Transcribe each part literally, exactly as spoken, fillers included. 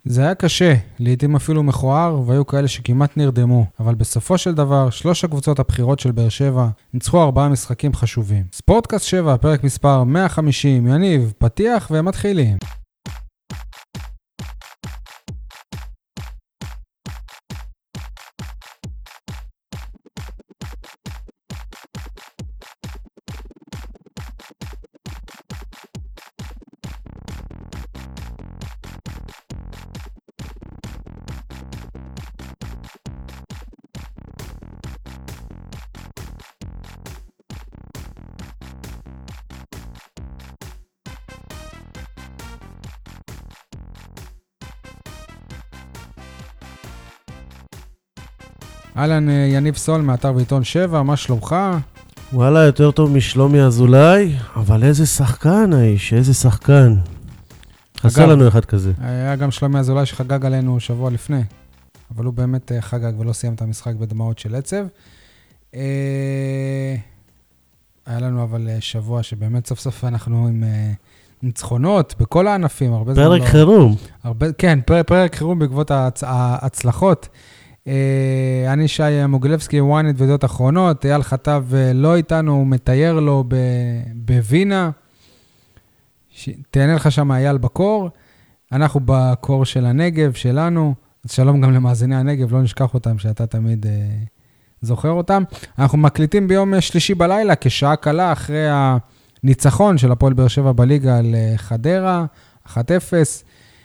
זה היה קשה, לעתים אפילו מכוער, והיו כאלה שכמעט נרדמו. אבל בסופו של דבר, שלוש הקבוצות הבחירות של באר שבע ניצחו ארבעה משחקים חשובים. ספורטקאסט שבע, פרק מספר מאה וחמישים, יניב, פתיח ומתחילים. אהלן, יניב סול מאתר ועיתון שבע, מה שלומך? וואלה, יותר טוב משלומי אזולאי, אבל איזה שחקן האיש, איזה שחקן. חסר לנו אחד כזה. היה גם שלומי אזולאי שחגג עלינו שבוע לפני, אבל הוא באמת חגג ולא סיים את המשחק בדמעות של עצב. היה לנו אבל שבוע שבאמת סוף סוף אנחנו עם ניצחונות בכל הענפים. פרק חירום. כן, פרק חירום בעקבות ההצלחות. אני שי מוגילבסקי, וויינט וידיעות אחרונות, אייל חטב לא איתנו, הוא מתאר לו בווינה, תהנה לך שם אייל בקור, אנחנו בקור של הנגב שלנו, אז שלום גם למאזיני הנגב, לא נשכח אותם שאתה תמיד זוכר אותם. אנחנו מקליטים ביום שלישי בלילה, כשעה קלה אחרי הניצחון של הפועל באר שבע בליגה על חדרה, אחת אפס,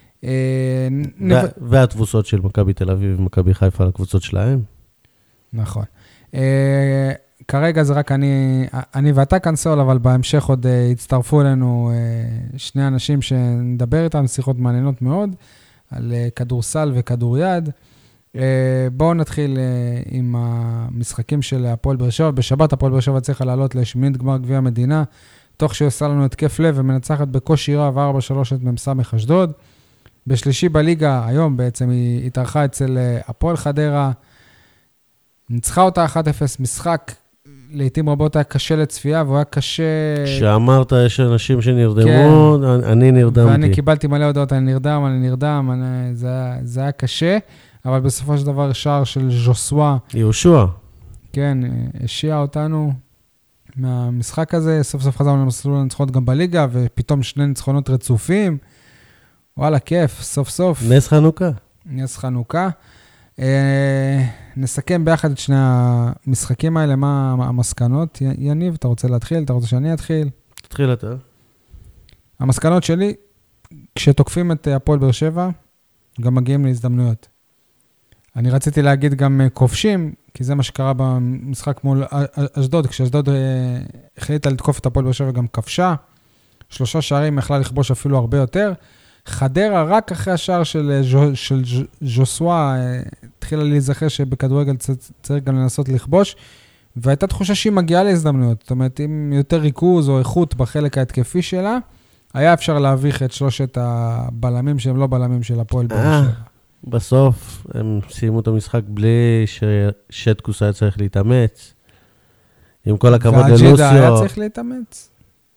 והתבוסות של מכבי תל אביב ומכבי חיפה על הקבוצות שלהם. נכון. כרגע זה רק אני, אני ואתה קנסול, אבל בהמשך עוד הצטרפו אלינו שני אנשים שנדבר איתם, שיחות מעניינות מאוד, על כדורסל וכדוריד. בואו נתחיל עם המשחקים של הפועל באר שבע. בשבת הפועל באר שבע צריכה לעלות לשמינית גמר גביע המדינה, תוך שעושה לנו התקף לב ומנצחת בקושי רב ארבע שלוש את מ"ס אשדוד. בשלישי בליגה, היום בעצם היא התארחה אצל הפועל חדרה, ניצחה אותה אחת אפס, משחק לעתים רבות היה קשה לצפייה, והוא היה קשה... שאמרת, יש אנשים שנרדמו, כן. אני נרדמתי. ואני קיבלתי מלא הודעות, אני נרדם, אני נרדם, אני... זה, זה היה קשה, אבל בסופו של דבר שער של ז'וסווה. יהושע. כן, השיע אותנו מהמשחק הזה, סוף סוף חזרנו למסלול הניצחונות גם בליגה, ופתאום שני ניצחונות רצופים, וואלה, כיף, סוף סוף. נס חנוכה. נס חנוכה. אה, נסכם ביחד את שני המשחקים האלה, מה המסקנות. יניב, אתה רוצה להתחיל? אתה רוצה שאני אתחיל? תתחיל אתה. המסקנות שלי, כשתוקפים את הפועל באר שבע, גם מגיעים להזדמנויות. אני רציתי להגיד גם כובשים, כי זה מה שקרה במשחק מול אשדוד, כשאשדוד החליטה לתקוף את הפועל באר שבע גם כבשה, שלושה שערים יכלה לכבוש אפילו הרבה יותר, חדרה רק אחרי השער של, של ז'וסווה, התחילה להיזכר שבכדורגל צריך גם לנסות לכבוש, והייתה תחושה שהיא מגיעה להזדמנויות, זאת אומרת, עם יותר ריכוז או איכות בחלק ההתקפי שלה, היה אפשר להביך את שלושת הבלמים שהם לא בלמים של הפועל באר שבע. בסוף הם סיימו את המשחק בלי ששטקוס היה צריך להתאמץ, עם כל הכבוד ללוסיו. והג'ידה היה צריך להתאמץ?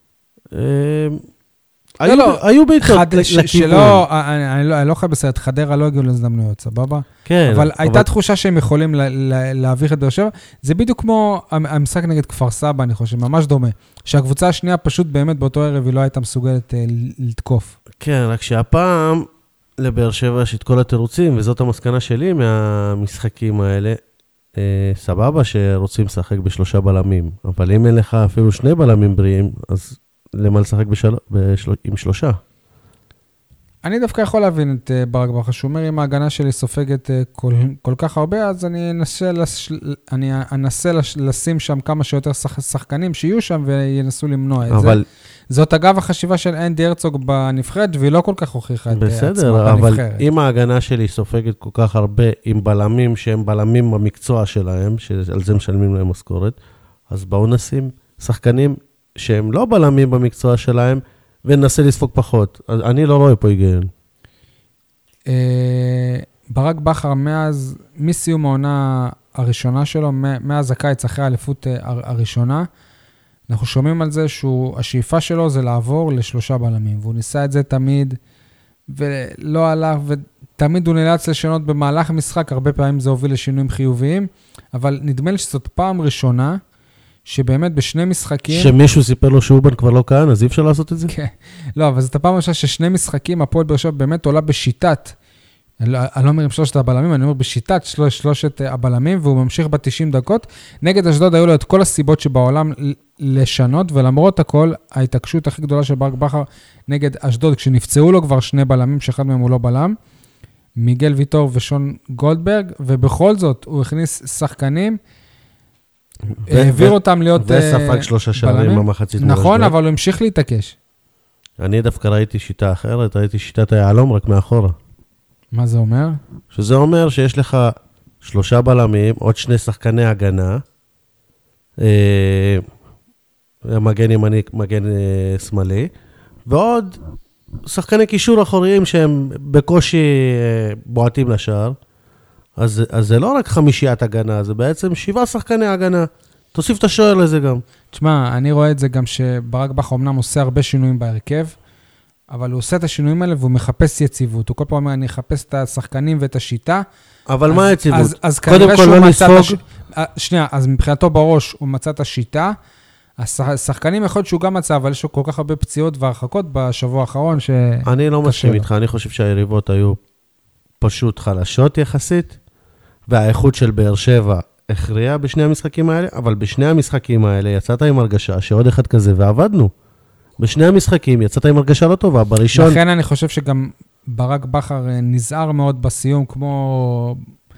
היו בעיטות לכיוון. אני לא חייב בסרט, חדרה לא הגיעו להזדמנויות, סבבה? כן. אבל הייתה תחושה שהם יכולים להביך את באר שבע. זה בדיוק כמו המשחק נגד כפר סבא, אני חושב, ממש דומה. שהקבוצה השנייה פשוט באמת באותו ערב היא לא הייתה מסוגלת לתקוף. כן, רק שהפעם לבאר שבע יש את כל התירוצים, וזאת המסקנה שלי מהמשחקים האלה. סבבה שרוצים לשחק בשלושה בלמים, אבל אם אין לך אפילו שני בלמים בריאים, אז למה לשחק בשל... בשל... עם שלושה? אני דווקא יכול להבין את uh, ברק בכר, שהוא אומר, אם ההגנה שלי סופגת uh, כל, כל כך הרבה, אז אני אנסה, לש... אני אנסה לש... לשים שם כמה שיותר שח... שחקנים שיהיו שם וינסו למנוע את אבל... זה. זאת אגב החשיבה של אנדי הרצוג בנבחרת, והיא לא כל כך הוכיחה את עצמה בנבחרת. בסדר, אבל אם ההגנה שלי סופגת כל כך הרבה עם בלמים שהם בלמים במקצוע שלהם, שעל זה משלמים להם משכורת, אז בואו נשים שחקנים שהם לא בלמים במקצוע שלהם, וננסה לספוג פחות. אני לא רואה פה היגיון. ברק בכר, מאז, מסיום העונה הראשונה שלו, מאז הקיץ אחרי האליפות הראשונה, אנחנו שומעים על זה שהשאיפה שלו זה לעבור לשלושה בלמים, והוא ניסה את זה תמיד ולא הלך, ותמיד הוא נאלץ לשנות במהלך המשחק, הרבה פעמים זה הוביל לשינויים חיוביים, אבל נדמה לי שזאת פעם ראשונה, שבאמת בשני משחקים... שמישהו סיפר לו שאובן כבר לא כאן, אז אי אפשר לעשות את זה? כן. לא, אבל זאת הפעם ראשונה ששני משחקים, הפועל באר שבע באמת עולה בשיטת, אני לא אומר עם שלושת הבלמים, אני אומר בשיטת שלוש, שלושת הבלמים, והוא ממשיך ב-תשעים דקות. נגד אשדוד היו לו את כל הסיבות שבעולם לשנות, ולמרות הכל, ההתעקשות הכי גדולה של ברק בכר נגד אשדוד, כשנפצעו לו כבר שני בלמים, שאחד מהם הוא לא בלם, מיגל ויטור ושון גולדברג, ובכל זאת הוא הכניס שחקנים, העביר אותם להיות וספג שלושה שערים במחצית. נכון, אבל הוא המשיך להתעקש. אני דווקא ראיתי שיטה אחרת, ראיתי שיטת היעלום רק מאחורה. מה זה אומר? שזה אומר שיש לך שלושה בלמים, עוד שני שחקני הגנה, מגן ימני, מגן שמאלי, ועוד שחקני קישור אחוריים שהם בקושי בועטים לשער. אז, אז זה לא רק חמישיית הגנה, זה בעצם שבעה שחקני הגנה. תוסיף את השוער לזה גם. תשמע, אני רואה את זה גם שברק בכר אמנם עושה הרבה שינויים בהרכב, אבל הוא עושה את השינויים האלה והוא מחפש יציבות. הוא כל פעם אומר, אני אחפש את השחקנים ואת השיטה. אבל אז, מה היציבות? אז, אז קודם כל לא נספוג. הש... שנייה, אז מבחינתו בראש הוא מצא את השיטה. השחקנים יכול להיות שהוא גם מצא, אבל יש לו כל כך הרבה פציעות והרחקות בשבוע האחרון ש... אני לא מסכים איתך, אני חושב שהיריבות היו פשוט חלשות יחסית, והאיכות של באר שבע הכריעה בשני המשחקים האלה, אבל בשני המשחקים האלה יצאת עם הרגשה שעוד אחד כזה, ועבדנו. בשני המשחקים יצאת עם הרגשה לא טובה, בראשון... לכן אני חושב שגם ברק בכר נזהר מאוד בסיום, כמו...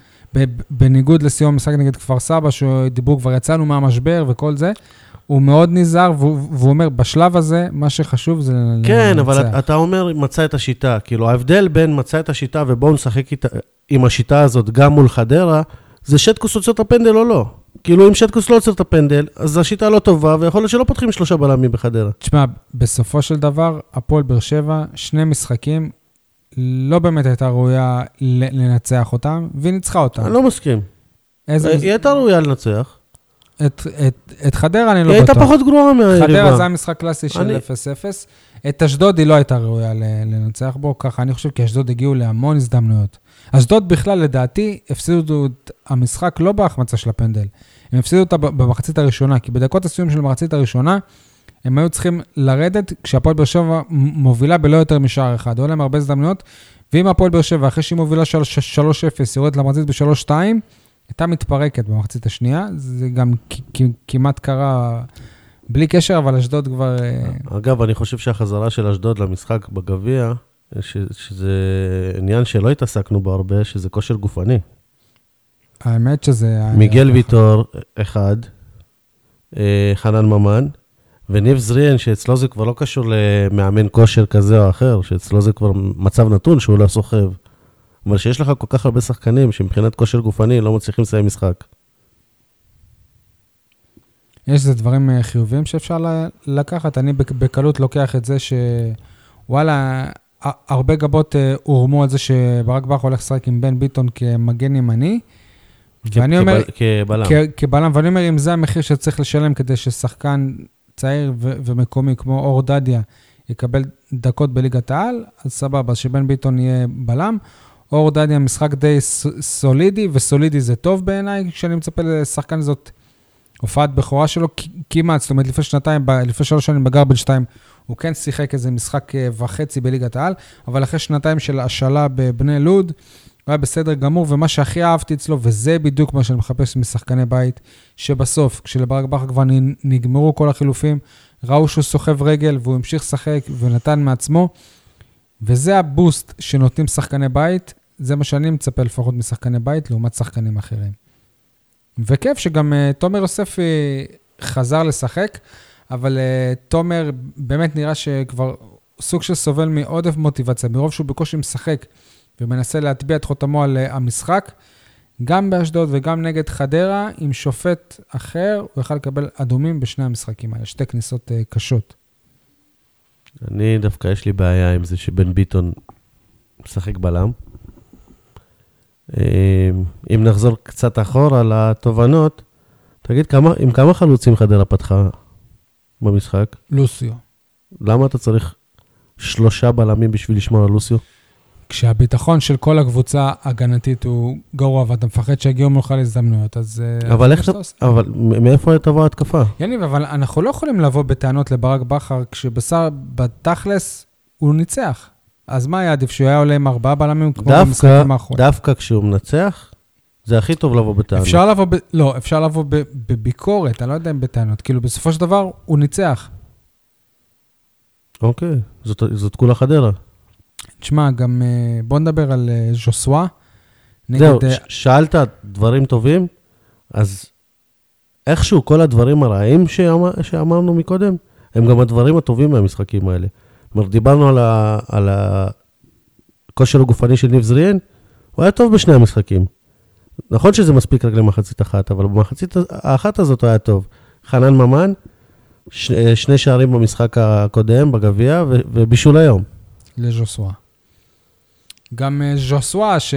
בניגוד לסיום המשחק נגד כפר סבא, שדיברו כבר יצאנו מהמשבר וכל זה, הוא מאוד נזהר, והוא אומר, בשלב הזה, מה שחשוב זה... כן, אבל אתה אומר, מצא את השיטה. כאילו, ההבדל בין מצא את השיטה, ובואו נשחק עם השיטה הזאת גם מול חדרה, זה שטקוס עוצר את הפנדל או לא. כאילו, אם שטקוס לא עוצר את הפנדל, אז השיטה לא טובה, ויכול להיות שלא פותחים שלושה בלמים בחדרה. תשמע, בסופו של דבר, הפועל באר שבע, שני משחקים, לא באמת הייתה ראויה לנצח אותם, והיא ניצחה אותם. אני לא מסכים. היא הייתה ראויה לנצח. את, את, את חדרה אני לא בטוח. היא הייתה פחות גרועה מהיריבה. חדרה זה המשחק קלאסי של אפס אפס. את אשדוד היא לא הייתה ראויה לנצח בו, ככה אני חושב כי אשדוד הגיעו להמון הזדמנויות. אשדוד בכלל לדעתי הפסידו את המשחק לא בהחמצה של הפנדל. הם הפסידו אותה במחצית הראשונה, כי בדקות הסיום של המחצית הראשונה, הם היו צריכים לרדת כשהפועל באר שבע מובילה בלא יותר משער אחד. היו להם הרבה הזדמנויות, ואם הפועל באר שבע אחרי שהיא מובילה שלוש אפס, יורדת למחצית ב-שלוש שתיים, הייתה מתפרקת במחצית השנייה, זה גם כמעט קרה בלי קשר, אבל אשדוד כבר... אגב, אני חושב שהחזרה של אשדוד למשחק בגביע, שזה עניין שלא התעסקנו בו הרבה, שזה כושר גופני. האמת שזה... מיגל ויטור, אחד, חנן ממן, וניב זריאן, שאצלו זה כבר לא קשור למאמן כושר כזה או אחר, שאצלו זה כבר מצב נתון שהוא לא סוחב. אבל שיש לך כל כך הרבה שחקנים שמבחינת כושר גופני לא מצליחים לסיים משחק. יש איזה דברים חיוביים שאפשר לקחת. אני בקלות לוקח את זה שוואלה, הרבה גבות הורמו על זה שברק בכר הולך לשחק עם בן ביטון כמגן ימני. ואני אומר, כבלם. כבלם, ואני אומר, אם זה המחיר שצריך לשלם כדי ששחקן צעיר ומקומי כמו אור דדיה יקבל דקות בליגת העל, אז סבבה, שבן ביטון יהיה בלם. אור דדיה משחק די סולידי, וסולידי זה טוב בעיניי, כשאני מצפה לשחקן זאת הופעת בכורה שלו, כמעט, זאת אומרת, לפני שנתיים, לפני שלוש שנים בגרבן שתיים, הוא כן שיחק איזה משחק וחצי בליגת העל, אבל אחרי שנתיים של השאלה בבני לוד, הוא היה בסדר גמור, ומה שהכי אהבתי אצלו, וזה בדיוק מה שאני מחפש משחקני בית, שבסוף, כשלברק בכר כבר נגמרו כל החילופים, ראו שהוא סוחב רגל, והוא המשיך לשחק ונתן מעצמו, וזה הבוסט שנותנים שחקני בית, זה מה שאני מצפה לפחות משחקני בית, לעומת שחקנים אחרים. וכיף שגם uh, תומר יוספי חזר לשחק, אבל uh, תומר באמת נראה שכבר סוג של סובל מעודף מוטיבציה, מרוב שהוא בקושי משחק, ומנסה להטביע את חותמו על uh, המשחק, גם באשדוד וגם נגד חדרה, עם שופט אחר, הוא יכל לקבל אדומים בשני המשחקים האלה, שתי כניסות uh, קשות. אני דווקא יש לי בעיה עם זה שבן ביטון משחק בלם. אם נחזור קצת אחורה לתובנות, תגיד, כמה, עם כמה חלוצים חדרה פתחה במשחק? לוסיו. למה אתה צריך שלושה בלמים בשביל לשמור על לוסיו? כשהביטחון של כל הקבוצה הגנתית הוא גרוע, ואתה מפחד שיגיעו מולך להזדמנויות, אז... אבל איך אתה... אבל מאיפה תבוא התקפה? יניב, אבל אנחנו לא יכולים לבוא בטענות לברק בכר, כשבשר בתכלס הוא ניצח. אז מה היה עדיף? שהוא היה עולה עם ארבעה בלמים כמו במשחקים האחרונים? דווקא כשהוא מנצח, זה הכי טוב לבוא בטענות. אפשר לבוא, ב... לא, אפשר לבוא ב... בביקורת, אני לא יודע אם בטענות. כאילו, בסופו של דבר, הוא ניצח. אוקיי, זאת, זאת כולה חדרה. תשמע, גם בוא נדבר על ז'וסווה. זהו, ש- שאלת דברים טובים, אז איכשהו כל הדברים הרעים שאמר, שאמרנו מקודם, הם גם הדברים הטובים מהמשחקים האלה. זאת אומרת, דיברנו על, ה, על הכושר הגופני של ניב זריאן, הוא היה טוב בשני המשחקים. נכון שזה מספיק רק למחצית אחת, אבל במחצית האחת הזאת הוא היה טוב. חנן ממן, ש, שני שערים במשחק הקודם, בגביע, ו, ובישול היום. לז'וסווה. גם ז'וסווה, ש...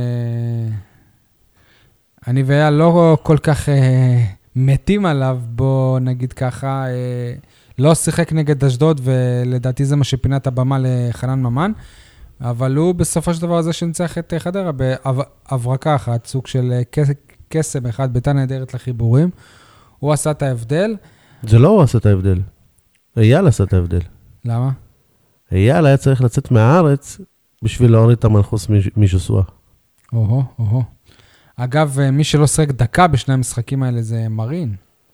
אני ואייל לא כל כך אה, מתים עליו, בוא נגיד ככה, אה, לא שיחק נגד אשדוד, ולדעתי זה מה שפינה את הבמה לחנן ממן, אבל הוא בסופו של דבר זה שנצח את חדרה, בהברקה אחת, סוג של קסם אחד, ביתה נהדרת לחיבורים, הוא עשה את ההבדל. זה לא הוא עשה את ההבדל, אייל עשה את ההבדל. למה? אייל היה צריך לצאת מהארץ, בשביל להוריד את המנחוס מז'וסווה. או-הו, או-הו. אגב, מי שלא שחק דקה בשני המשחקים האלה זה מרין.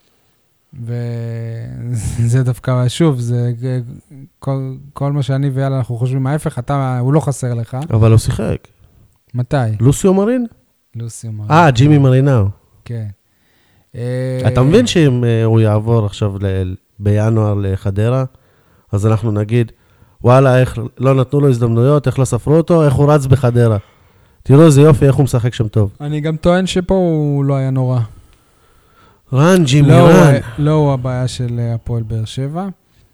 וזה דווקא, שוב, זה כל, כל מה שאני ואייל אנחנו חושבים ההפך, אתה, הוא לא חסר לך. אבל הוא שיחק. מתי? לוסיו מרין? לוסיו מרין. אה, ג'ימי מרינאו. כן. אתה מבין שאם הוא יעבור עכשיו בינואר לחדרה, אז אנחנו נגיד, וואלה, איך לא נתנו לו הזדמנויות, איך לא ספרו אותו, איך הוא רץ בחדרה. תראו איזה יופי, איך הוא משחק שם טוב. אני גם טוען שפה הוא לא היה נורא. רן, ג'ימי, לא, רן. לא הוא הבעיה של הפועל באר שבע.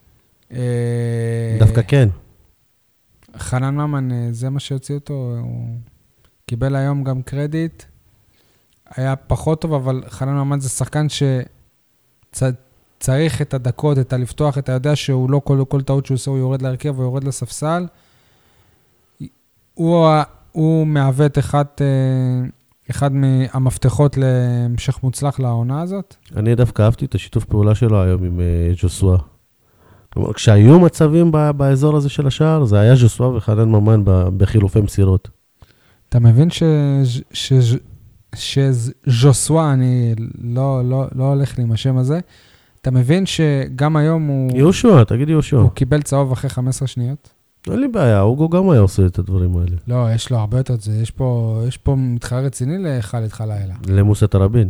דווקא כן. חנן ממן, זה מה שהוציא אותו, הוא קיבל היום גם קרדיט. היה פחות טוב, אבל חנן ממן זה שחקן שצריך את הדקות, את הלפתוח, אתה יודע שהוא לא כל, כל טעות שהוא עושה, הוא יורד להרכב, הוא יורד לספסל. הוא, הוא מהווה את אחד, אחד מהמפתחות להמשך מוצלח לעונה הזאת. אני דווקא אהבתי את השיתוף פעולה שלו היום עם ז'וסווה. כלומר, כשהיו מצבים באזור הזה של השער, זה היה ז'וסווה וחנן ממן בחילופי מסירות. אתה מבין ש... ש... שז'וסווה, אני לא, לא, לא הולך לי עם השם הזה, אתה מבין שגם היום הוא... יהושע, תגיד יהושע. הוא קיבל צהוב אחרי חמש עשרה שניות? אין לי בעיה, אוגו גם היה עושה את הדברים האלה. לא, יש לו הרבה יותר את זה. יש פה, יש פה מתחרה רציני לחלד חלילה. למוסא תראבין.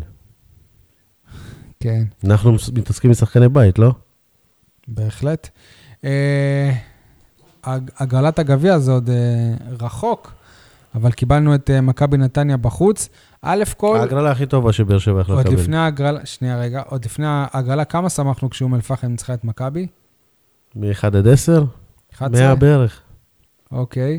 כן. אנחנו מתעסקים משחקני בית, לא? בהחלט. הגרלת הגביע זה עוד רחוק, אבל קיבלנו את מכבי נתניה בחוץ. א' כל... ההגרלה הכי טובה שבאר שבע יכלה לקבל. עוד לפני ההגרלה, שנייה רגע, עוד לפני ההגרלה, כמה שמחנו כשאום אל-פחם ניצחה את מכבי? מ-אחד עד עשר? מאה בערך. אוקיי.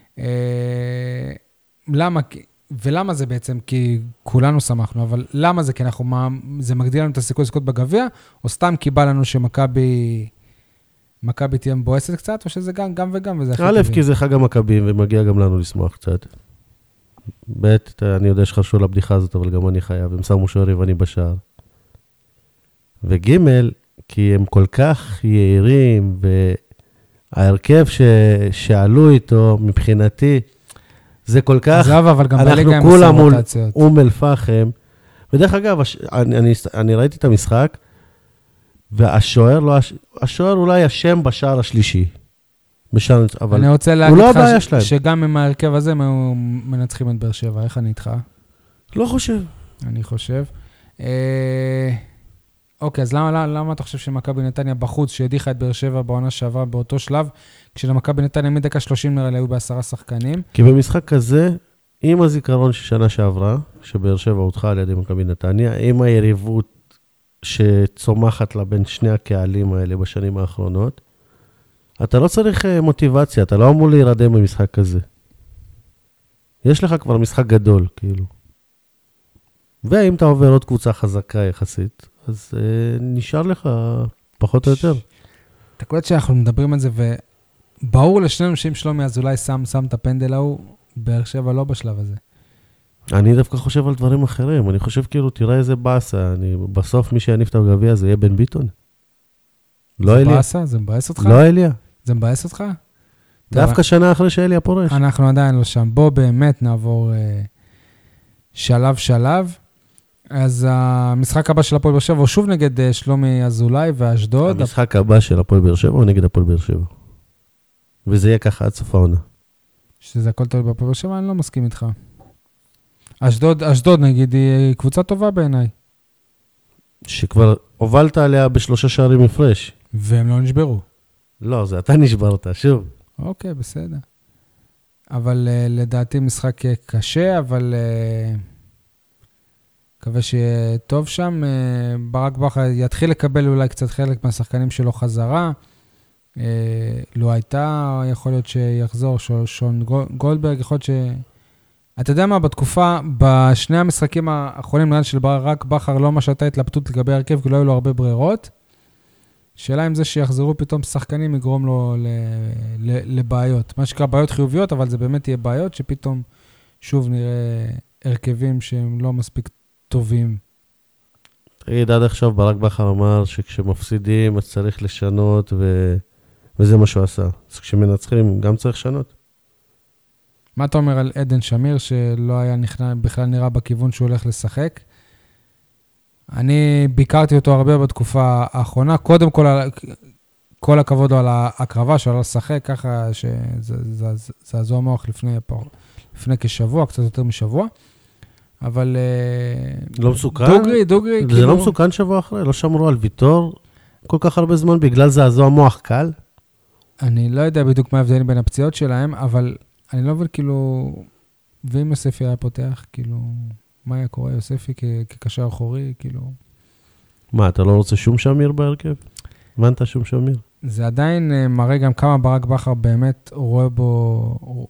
למה? ולמה זה בעצם? כי כולנו שמחנו, אבל למה זה? כי אנחנו, זה מגדיל לנו את הסיכוי לזכות בגביע, או סתם קיבל לנו שמכבי... מכבי תהיה מבואסת קצת, או שזה גם, גם וגם, וזה הכי טבעי? א', כי זה חג המכבים, ומגיע גם לנו לשמוח קצת. ב', אני יודע שחשוב לבדיחה הזאת, אבל גם אני חייב, הם שמו שוער יווני בשער. וג', כי הם כל כך יעירים, וההרכב ש... שעלו איתו, מבחינתי, זה כל כך... עזב, אבל גם אנחנו בליגה כולם מול אום אל-פחם. ודרך אגב, אני, אני, אני ראיתי את המשחק, והשוער, לא, השוער אולי אשם בשער השלישי. בשער, אבל אני רוצה להגיד לא לך ש... שגם עם ההרכב הזה, הם היו מנצחים את באר שבע. איך אני איתך? לא חושב. אני חושב. אה... אוקיי, אז למה, למה, למה אתה חושב שמכבי נתניה בחוץ, שהדיחה את באר שבע בעונה שעברה באותו שלב, כשלמכבי נתניה מדקה שלושים נראה לי היו בעשרה שחקנים? כי במשחק כזה, עם הזיכרון של שנה שעברה, שבאר שבע הודחה על ידי מכבי נתניה, עם היריבות שצומחת לה בין שני הקהלים האלה בשנים האחרונות, אתה לא צריך מוטיבציה, אתה לא אמור להירדם במשחק כזה. יש לך כבר משחק גדול, כאילו. ואם אתה עובר עוד קבוצה חזקה יחסית, אז אה, נשאר לך פחות או יותר. אתה קולט שאנחנו מדברים על זה, ברור לשנינו שאם שלומי אזולאי שם, שם את הפנדל ההוא, באר שבע לא בשלב הזה. אני דווקא חושב על דברים אחרים. אני חושב כאילו, תראה איזה באסה. אני, בסוף מי שיניף את הגביע זה יהיה בן ביטון. לא אליה. זה באסה? זה מבאס אותך? לא אליה. זה מבאס אותך? דווקא שנה אחרי שאליה פורש. אנחנו עדיין לא שם. בוא באמת נעבור שלב שלב. אז המשחק הבא של הפועל באר שבע הוא שוב נגד שלומי אזולאי ואשדוד. המשחק הבא של הפועל באר שבע הוא נגד הפועל באר שבע. וזה יהיה ככה עד סוף העונה. שזה הכל תלוי בפועל באר שבע, אני לא מסכים איתך. אשדוד, אשדוד נגיד, היא קבוצה טובה בעיניי. שכבר הובלת עליה בשלושה שערים הפרש. והם לא נשברו. לא, זה אתה נשברת, שוב. אוקיי, בסדר. אבל uh, לדעתי משחק קשה, אבל uh, מקווה שיהיה טוב שם. Uh, ברק בכר יתחיל לקבל אולי קצת חלק מהשחקנים שלו חזרה. Uh, לא הייתה, יכול להיות שיחזור שון גולדברג, יכול להיות ש... אתה יודע מה, בתקופה, בשני המשחקים האחרונים, נראה של ברק בכר לא ממש הייתה התלבטות לגבי הרכב, כי לא היו לו הרבה ברירות. שאלה אם זה שיחזרו פתאום שחקנים יגרום לו ל, ל, לבעיות. מה שקרה בעיות חיוביות, אבל זה באמת יהיה בעיות, שפתאום שוב נראה הרכבים שהם לא מספיק טובים. תגיד, עד עכשיו ברק בכר אמר שכשמפסידים אז צריך לשנות, ו... וזה מה שהוא עשה. אז כשמנצחים גם צריך לשנות. מה אתה אומר על עדן שמיר, שלא היה נכנע, בכלל נראה בכיוון שהוא הולך לשחק? אני ביקרתי אותו הרבה בתקופה האחרונה, קודם כל, כל הכבוד לו על ההקרבה שלו לשחק, ככה שזעזוע מוח לפני, לפני כשבוע, קצת יותר משבוע, אבל... לא מסוכן? דוגרי, דוגרי. זה כאילו... לא מסוכן שבוע אחרי? לא שמרו על ויתור כל כך הרבה זמן בגלל זעזוע מוח קל? אני לא יודע בדיוק מה ההבדלים בין הפציעות שלהם, אבל אני לא מבין כאילו, ואם יוספי היה פותח, כאילו... מה היה קורה יוספי כקשר אחורי, כאילו... מה, אתה לא רוצה שום שמיר בהרכב? הבנת שום שמיר? זה עדיין מראה גם כמה ברק בכר באמת רואה בו...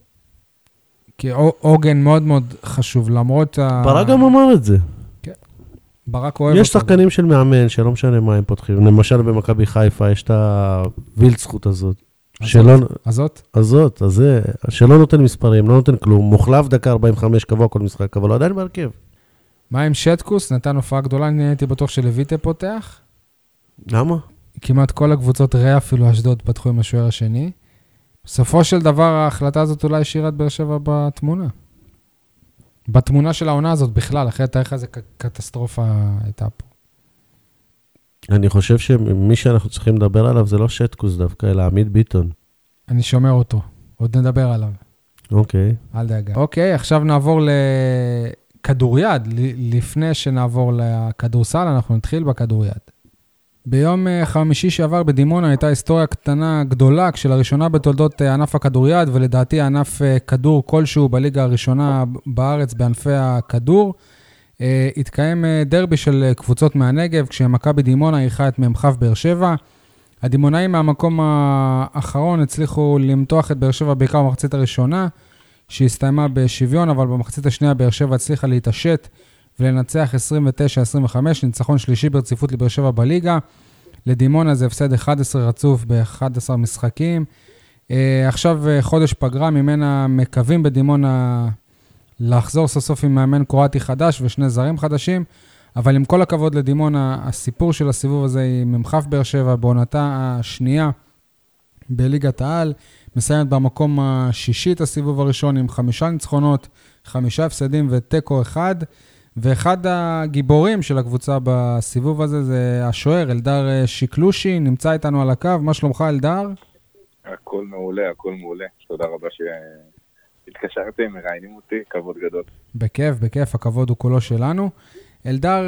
כעוגן מאוד מאוד חשוב, למרות ה... ברק גם אמר את זה. כן. ברק אוהב... יש שחקנים של מאמן שלא משנה מה הם פותחים. למשל במכבי חיפה יש את הווילדסחוט הזאת. הזאת? הזאת, אז זה, שלא נותן מספרים, לא נותן כלום, מוחלף דקה ארבעים וחמש קבוע כל משחק, אבל לא עדיין בהרכב. מה עם שטקוס? נתן הופעה גדולה, אני הייתי בטוח שלויטה פותח. למה? כמעט כל הקבוצות ראה אפילו אשדוד פתחו עם השוער השני. בסופו של דבר ההחלטה הזאת אולי השאירת באר שבע בתמונה. בתמונה של העונה הזאת בכלל, אחרי התאריך הזה קטסטרופה הייתה פה. אני חושב שמי שאנחנו צריכים לדבר עליו זה לא שטקוס דווקא, אלא עמית ביטון. אני שומר אותו, עוד נדבר עליו. אוקיי. אל דאגה. אוקיי, עכשיו נעבור לכדוריד. לפני שנעבור לכדורסל, אנחנו נתחיל בכדוריד. ביום חמישי שעבר בדימונה הייתה היסטוריה קטנה גדולה, כשלראשונה בתולדות ענף הכדוריד, ולדעתי ענף כדור כלשהו בליגה הראשונה בארץ בענפי הכדור, התקיים דרבי של קבוצות מהנגב, כשמכבי דימונה אירחה את ממחף באר שבע. הדימונאים מהמקום האחרון הצליחו למתוח את באר שבע בעיקר במחצית הראשונה, שהסתיימה בשוויון, אבל במחצית השנייה באר שבע הצליחה להתעשת ולנצח עשרים ותשע עשרים וחמש, ניצחון שלישי ברציפות לבאר שבע בליגה. לדימונה זה הפסד אחד עשר רצוף ב-אחד עשר משחקים. עכשיו חודש פגרה, ממנה מקווים בדימונה לחזור סוף סוף עם מאמן קרואטי חדש ושני זרים חדשים, אבל עם כל הכבוד לדימונה, הסיפור של הסיבוב הזה היא ממחף באר שבע, בעונתה השנייה בליגת העל, מסיימת במקום השישי את הסיבוב הראשון עם חמישה ניצחונות, חמישה הפסדים וטקו אחד, ואחד הגיבורים של הקבוצה בסיבוב הזה זה השוער, אלדר שיקלושי, נמצא איתנו על הקו. מה שלומך אלדר? הכל מעולה, הכל מעולה. תודה רבה שהתקשרתם, מראיינים אותי, כבוד גדול. בכיף, בכיף, הכבוד הוא כולו שלנו. אלדר,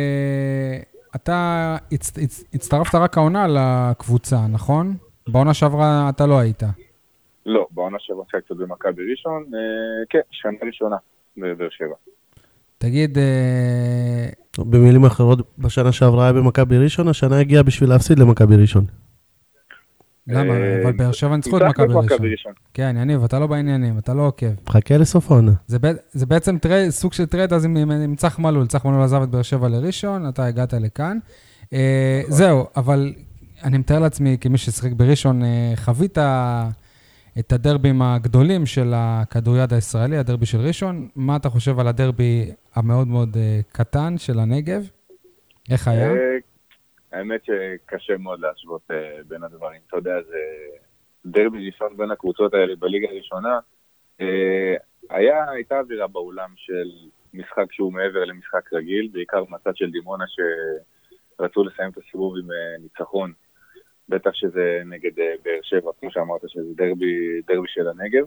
אתה הצטרפת רק העונה לקבוצה, נכון? בעונה שעברה אתה לא היית. לא, בעונה שעברה קצת במכבי ראשון, כן, שנה ראשונה בבאר שבע. תגיד... במילים אחרות, בשנה שעברה היה במכבי ראשון, השנה הגיעה בשביל להפסיד למכבי ראשון. למה? אבל באר שבע ניצחו את מכבי ראשון. כן, יניב, אתה לא בעניינים, אתה לא עוקב. חכה לסוף העונה. זה בעצם סוג של טרייד, אז עם צח מלול, צח מלול עזב את באר שבע לראשון, אתה הגעת לכאן. זהו, אבל אני מתאר לעצמי, כמי ששחק בראשון, חווית את הדרבים הגדולים של הכדוריד הישראלי, הדרבי של ראשון. מה אתה חושב על הדרבי המאוד מאוד קטן של הנגב? איך היה? האמת שקשה מאוד להשוות בין הדברים. אתה יודע, זה דרבי ראשון בין הקבוצות האלה בליגה הראשונה. היה, הייתה אווירה באולם של משחק שהוא מעבר למשחק רגיל, בעיקר מצד של דימונה שרצו לסיים את הסיבוב עם ניצחון. בטח שזה נגד באר שבע, כמו שאמרת, שזה דרבי, דרבי של הנגב.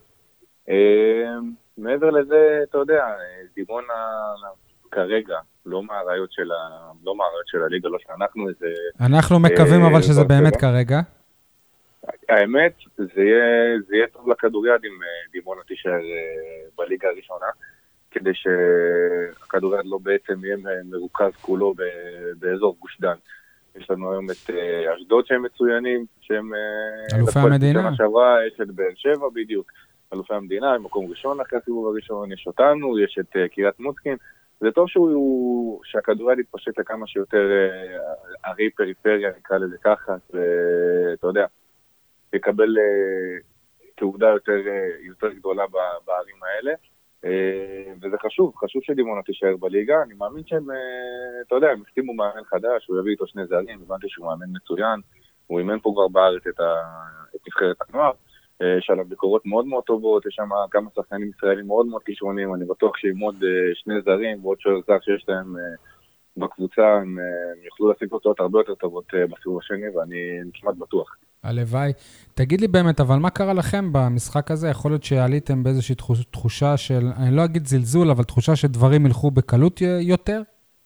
מעבר לזה, אתה יודע, דימונה כרגע, לא מהראיות של, ה... לא מהראיות של הליגה, לא שאנחנו איזה... אנחנו מקווים אבל שזה באמת כרגע. האמת, זה יהיה, זה יהיה טוב לכדוריד אם דימונה תישאר בליגה הראשונה, כדי שהכדוריד לא בעצם יהיה מרוכז כולו באזור גוש דן. יש לנו היום את אשדוד שהם מצוינים, שהם... אלופי המדינה. שעברה, יש את באר שבע בדיוק, אלופי המדינה, במקום ראשון אחרי הסיבוב הראשון, יש אותנו, יש את קריית מוצקין. זה טוב שהוא, שהכדוריד יתפשט לכמה שיותר ערי פריפריה, נקרא לזה ככה, ואתה יודע, יקבל תעודה יותר, יותר גדולה בערים האלה. וזה חשוב, חשוב שדימונה תישאר בליגה. אני מאמין שהם, אתה יודע, הם החתימו מאמן חדש, הוא יביא איתו שני זרים, הבנתי שהוא מאמן מצוין, הוא אימן פה כבר בארץ את, ה, את נבחרת הנוער, יש עליו ביקורות מאוד מאוד טובות, יש שם כמה שחקנים ישראלים מאוד מאוד כישרונים, אני בטוח שעם עוד שני זרים ועוד שוער זר שיש להם בקבוצה, הם יוכלו להשיג תוצאות הרבה יותר טובות בסיבוב השני, ואני כמעט בטוח. הלוואי. תגיד לי באמת, אבל מה קרה לכם במשחק הזה? יכול להיות שעליתם באיזושהי תחושה של, אני לא אגיד זלזול, אבל תחושה שדברים ילכו בקלות יותר?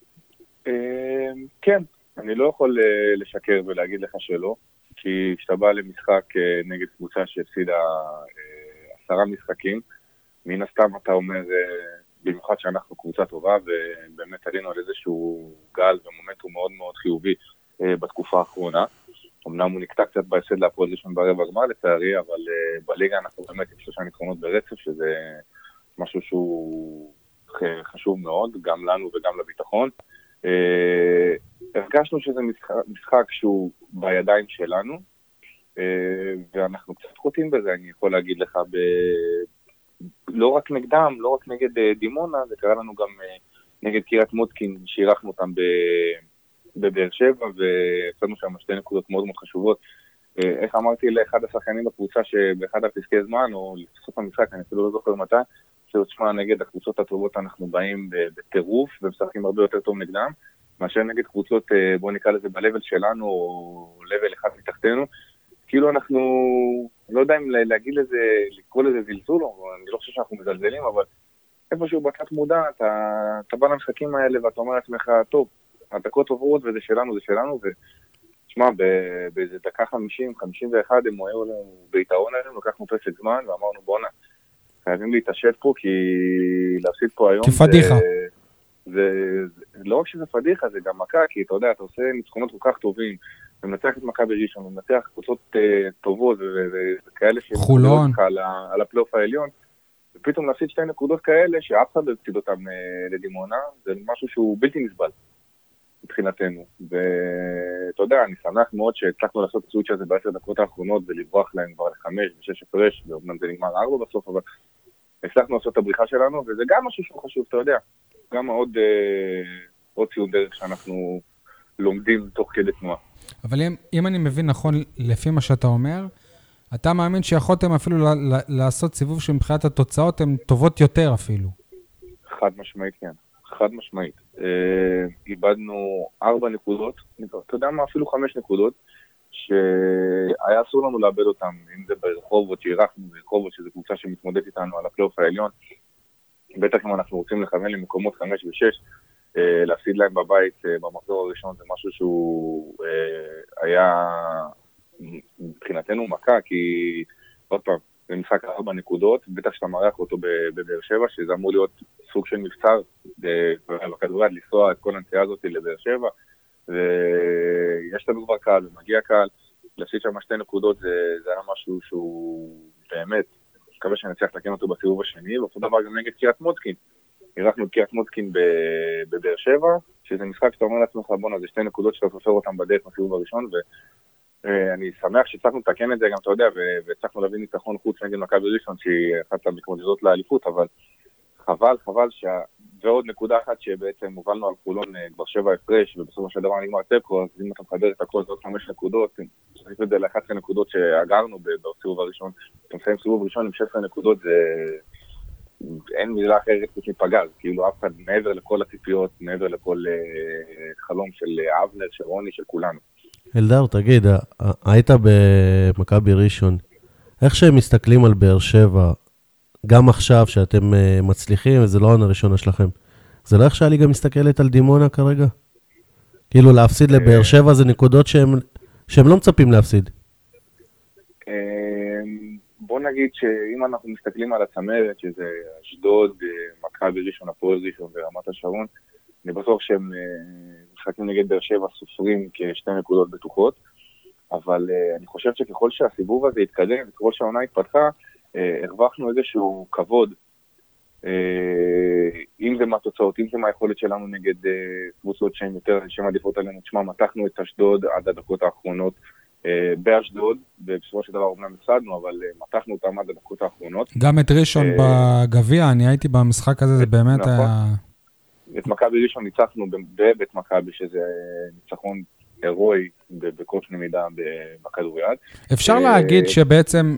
כן, אני לא יכול לשקר ולהגיד לך שלא, כי כשאתה בא למשחק נגד קבוצה שהפסידה עשרה משחקים, מן הסתם אתה אומר, במיוחד שאנחנו קבוצה טובה, ובאמת עלינו על איזשהו גל ומומנטום מאוד מאוד חיובי בתקופה האחרונה. אמנם הוא נקטע קצת בהפסד להפועל ראשון ברבע גמר לצערי, אבל uh, בליגה אנחנו באמת עם שלושה ניצחונות ברצף, שזה משהו שהוא חשוב מאוד, גם לנו וגם לביטחון. Uh, הרגשנו שזה משחק, משחק שהוא בידיים שלנו, uh, ואנחנו קצת חוטאים בזה, אני יכול להגיד לך, ב... לא רק נגדם, לא רק נגד uh, דימונה, זה קרה לנו גם uh, נגד קריית מוצקין, שאירחנו אותם ב... בבאר שבע, ועשינו שם שתי נקודות מאוד מאוד חשובות. איך אמרתי לאחד השחקנים בקבוצה שבאחד הפסקי זמן, או לסוף המשחק, אני אפילו לא זוכר מתי, שתשמע נגד הקבוצות הטובות אנחנו באים בטירוף, ומשחקים הרבה יותר טוב נגדם, מאשר נגד קבוצות, בוא נקרא לזה בלבל שלנו, או לבל אחד מתחתנו. כאילו אנחנו, לא יודע אם להגיד לזה, לקרוא לזה זלזול, אני לא חושב שאנחנו מזלזלים, אבל איפשהו בתת מודע, אתה, אתה בא למשחקים האלה ואתה אומר לעצמך, טוב, הדקות עוברות וזה שלנו, זה שלנו, ותשמע, באיזה דקה חמישים, חמישים ואחת הם היו לנו ביתרון עלינו, לקחנו פסק זמן ואמרנו בואנה, חייבים להתעשת פה, כי להפסיד פה היום... כפדיחה. זה, זה, זה, לא רק שזה פדיחה, זה גם מכה, כי אתה יודע, אתה עושה ניצחונות כל כך טובים, ומנצח את מכבי ראשון, ומנצח קבוצות uh, טובות, וכאלה חולון. על, על הפלייאוף העליון, ופתאום להפסיד שתי נקודות כאלה, שאף אחד לא הפסיד אותם uh, לדימונה, זה משהו שהוא בלתי נסבל. מבחינתנו, ואתה יודע, אני שמח מאוד שהצלחנו לעשות את הסוויץ' הזה בעשר דקות האחרונות ולברוח להם כבר לחמש ושש הפרש, ואומנם זה נגמר ארבע בסוף, אבל הצלחנו לעשות את הבריחה שלנו, וזה גם משהו שהוא חשוב, אתה יודע, גם עוד, אה, עוד ציון דרך שאנחנו לומדים תוך כדי תנועה. אבל אם, אם אני מבין נכון, לפי מה שאתה אומר, אתה מאמין שיכולתם אפילו ל- ל- לעשות סיבוב שמבחינת התוצאות הן טובות יותר אפילו. חד משמעית, כן. חד משמעית. אה, איבדנו ארבע נקודות, אתה יודע מה, אפילו חמש נקודות, שהיה אסור לנו לאבד אותם, אם זה ברחובות, שעירכנו ברחובות, שזו קבוצה שמתמודדת איתנו על הפלייאוף העליון, בטח אם אנחנו רוצים לכוון למקומות חמש ושש, אה, להפסיד להם בבית אה, במחזור הראשון, זה משהו שהוא אה, היה מבחינתנו מכה, כי עוד פעם, זה משחק ארבע נקודות, בטח שאתה מרח אותו בבאר שבע, שזה אמור להיות סוג של מבצר בכדוריד, לנסוע את כל הנסיעה הזאת לבאר שבע, ויש לנו כבר קהל ומגיע קהל, להפסיד שם שתי נקודות, זה, זה היה משהו שהוא באמת, מקווה שנצליח לתקן אותו בסיבוב השני, ואותו דבר גם נגד קריית מוצקין. אירחנו את קריית מוצקין בבאר שבע, שזה משחק שאתה אומר לעצמך, בונה, זה שתי נקודות שאתה סופר אותם בדרך בסיבוב הראשון, אני שמח שהצלחנו לתקן את זה, גם אתה יודע, והצלחנו להביא ניצחון חוץ נגד מכבי ראשון, שהיא אחת המתמודדות לאליפות, אבל חבל, חבל שה... ועוד נקודה אחת שבעצם הובלנו על חולון כבר שבע הפרש, ובסופו של דבר נגמר תיקו, אז אם אתה מחבר את הכל, זה עוד חמש נקודות, צריך את זה ל-אחת עשרה נקודות שאגרנו בסיבוב הראשון, אתה מסיים סיבוב ראשון עם שש עשרה נקודות, זה... אין מילה אחרת חוץ מפגז, כאילו אף אחד מעבר לכל הציפיות, מעבר לכל uh, חלום של אבנר, של רוני, של כולנו. אלדר, תגיד, היית במכבי ראשון, איך שהם מסתכלים על באר שבע, גם עכשיו שאתם uh, מצליחים, וזה לא העונה הראשונה שלכם, זה לא איך שהליגה מסתכלת על דימונה כרגע? כאילו להפסיד לבאר שבע זה נקודות שהם, שהם לא מצפים להפסיד. בוא נגיד שאם אנחנו מסתכלים על הצמרת, שזה אשדוד, מכבי ראשון, הפועל ראשון ורמת השרון, אני בטוח שהם משחקים נגד באר שבע סופרים כשתי נקודות בטוחות, אבל אני חושב שככל שהסיבוב הזה יתקדם, וככל שהעונה התפתחה, הרווחנו איזשהו כבוד, אם זה מהתוצאות, אם זה מהיכולת שלנו נגד קבוצות שהן יותר, שהן עדיפות עלינו, תשמע, מתחנו את אשדוד עד הדקות האחרונות, באשדוד, ובסופו של דבר אומנם הפסדנו, אבל מתחנו אותם עד הדקות האחרונות. גם את ראשון בגביע, אני הייתי במשחק הזה, זה באמת היה... את מכבי ראשון ניצחנו בבית מכבי, שזה ניצחון הירואי בכל קנה מידה בכדוריד. אפשר להגיד שבעצם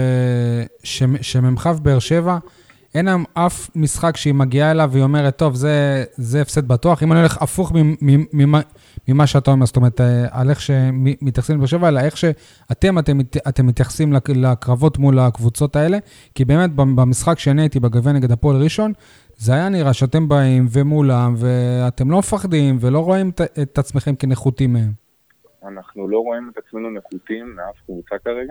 שממחב באר שבע, אין להם אף משחק שהיא מגיעה אליו והיא אומרת, טוב, זה, זה הפסד בטוח. אם אני הולך הפוך ממה, ממה שאתה אומר, זאת אומרת, על איך שמתייחסים לבאר שבע, אלא איך שאתם אתם, אתם מתייחסים לקרבות מול הקבוצות האלה, כי באמת במשחק שאני הייתי בגביע נגד הפועל ראשון, זה היה נראה שאתם באים ומולם, ואתם לא מפחדים ולא רואים את עצמכם כנחותים מהם. אנחנו לא רואים את עצמנו נחותים מאף קבוצה כרגע,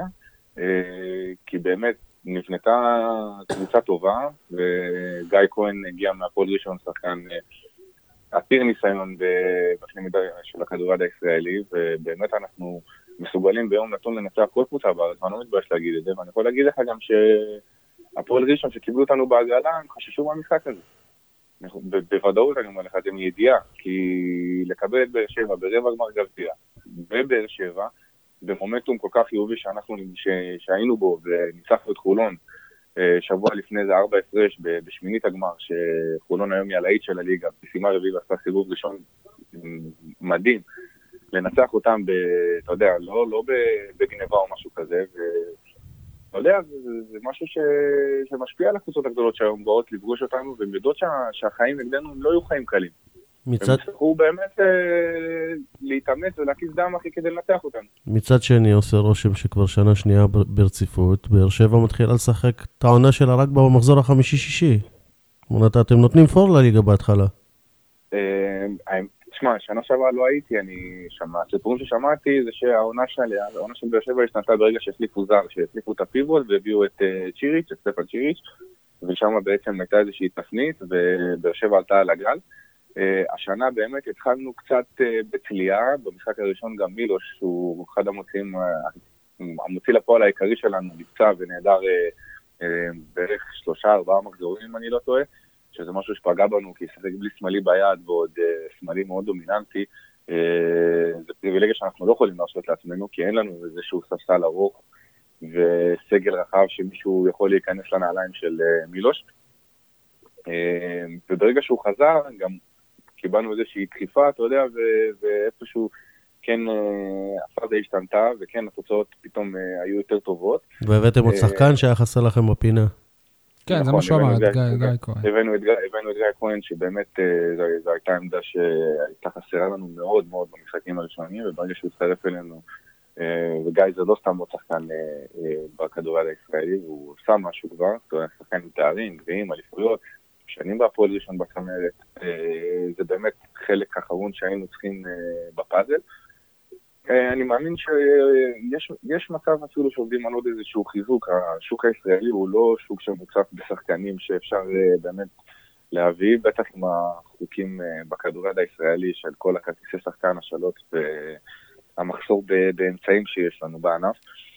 כי באמת, נבנתה קבוצה טובה, וגיא כהן הגיע מהפועל ראשון, שחקן עתיר ניסיון בקנה מידה של הכדוריד הישראלי, ובאמת אנחנו מסוגלים ביום נתון לנצח כל קבוצה בארץ, ואני לא מתבייש להגיד את זה, ואני יכול להגיד לך גם שהפועל ראשון שקיבלו אותנו בהגרלה, הם חששו מהמשחק הזה. בוודאות אני אומר לך, זה מידיעה, כי לקבל את באר שבע ברבע גמר גביע, בבאר שבע, במומנטום כל כך חיובי שאנחנו, ש, שהיינו בו וניצחנו את חולון שבוע לפני זה ארבע הפרש בשמינית הגמר, שחולון היום היא הלהיט של הליגה, בסימה רביעית ועשתה סיבוב ראשון מדהים, לנצח אותם, ב, אתה יודע, לא, לא בגניבה או משהו כזה, ואתה יודע, זה, זה משהו ש, שמשפיע על הקבוצות הגדולות שהיום באות לפגוש אותנו, והן יודעות שה, שהחיים נגדנו לא יהיו חיים קלים. מצד... הם צריכו באמת אה, להתאמץ ולהקיס דם אחי כדי לנתח אותם. מצד שני עושה רושם שכבר שנה שנייה ברציפות, באר שבע מתחילה לשחק את העונה שלה רק במחזור החמישי-שישי. כלומר, אתם נותנים פור לליגה בהתחלה. אה, תשמע, שנה שעברה לא הייתי, אני שמע, הסיפורים ששמעתי זה שהעונה שלי, העונה של באר שבע השתנתה ברגע שהחליפו זר, שהחליפו את הפיבוט והביאו את uh, צ'יריץ', את סטפן צ'יריץ', ושם בעצם הייתה איזושהי תפנית, ובאר שבע עלתה על הגל. Uh, השנה באמת התחלנו קצת uh, בצליעה, במשחק הראשון גם מילוש, שהוא אחד המוציאים, uh, המוציא לפועל העיקרי שלנו, נפצע ונהדר uh, uh, בערך שלושה, ארבעה מחזורים, אם אני לא טועה, שזה משהו שפגע בנו, כי שחק בלי סמלי ביד, ועוד uh, סמלי מאוד דומיננטי, uh, זה פריבילגיה שאנחנו לא יכולים להרשות לעצמנו, כי אין לנו איזשהו ספסל ארוך, וסגל רחב שמישהו יכול להיכנס לנעליים של uh, מילוש, uh, וברגע שהוא חזר, גם קיבלנו איזושהי דחיפה, אתה יודע, ואיפשהו כן, הפרדה השתנתה, וכן, התוצאות פתאום היו יותר טובות. והבאתם עוד שחקן שהיה חסר לכם בפינה. כן, זה מה שהוא אמר, גיא כהן. הבאנו את גיא כהן, שבאמת זו הייתה עמדה שהייתה חסרה לנו מאוד מאוד במשחקים הראשונים, וברגע שהוא הצטרף אלינו, וגיא זה לא סתם עוד שחקן בכדוריד הישראלי, הוא עושה משהו כבר, זאת אומרת, שחקן עם תארים, גביעים, אליפויות, שנים בהפועל ראשון בצמרת, זה באמת חלק אחרון שהיינו צריכים בפאזל. אני מאמין שיש מצב אפילו שעובדים על עוד איזשהו חיזוק. השוק הישראלי הוא לא שוק שמוצף בשחקנים שאפשר באמת להביא, בטח עם החוקים בכדוריד הישראלי של כל הכרטיסי שחקן, השאלות והמחסור באמצעים שיש לנו בענף.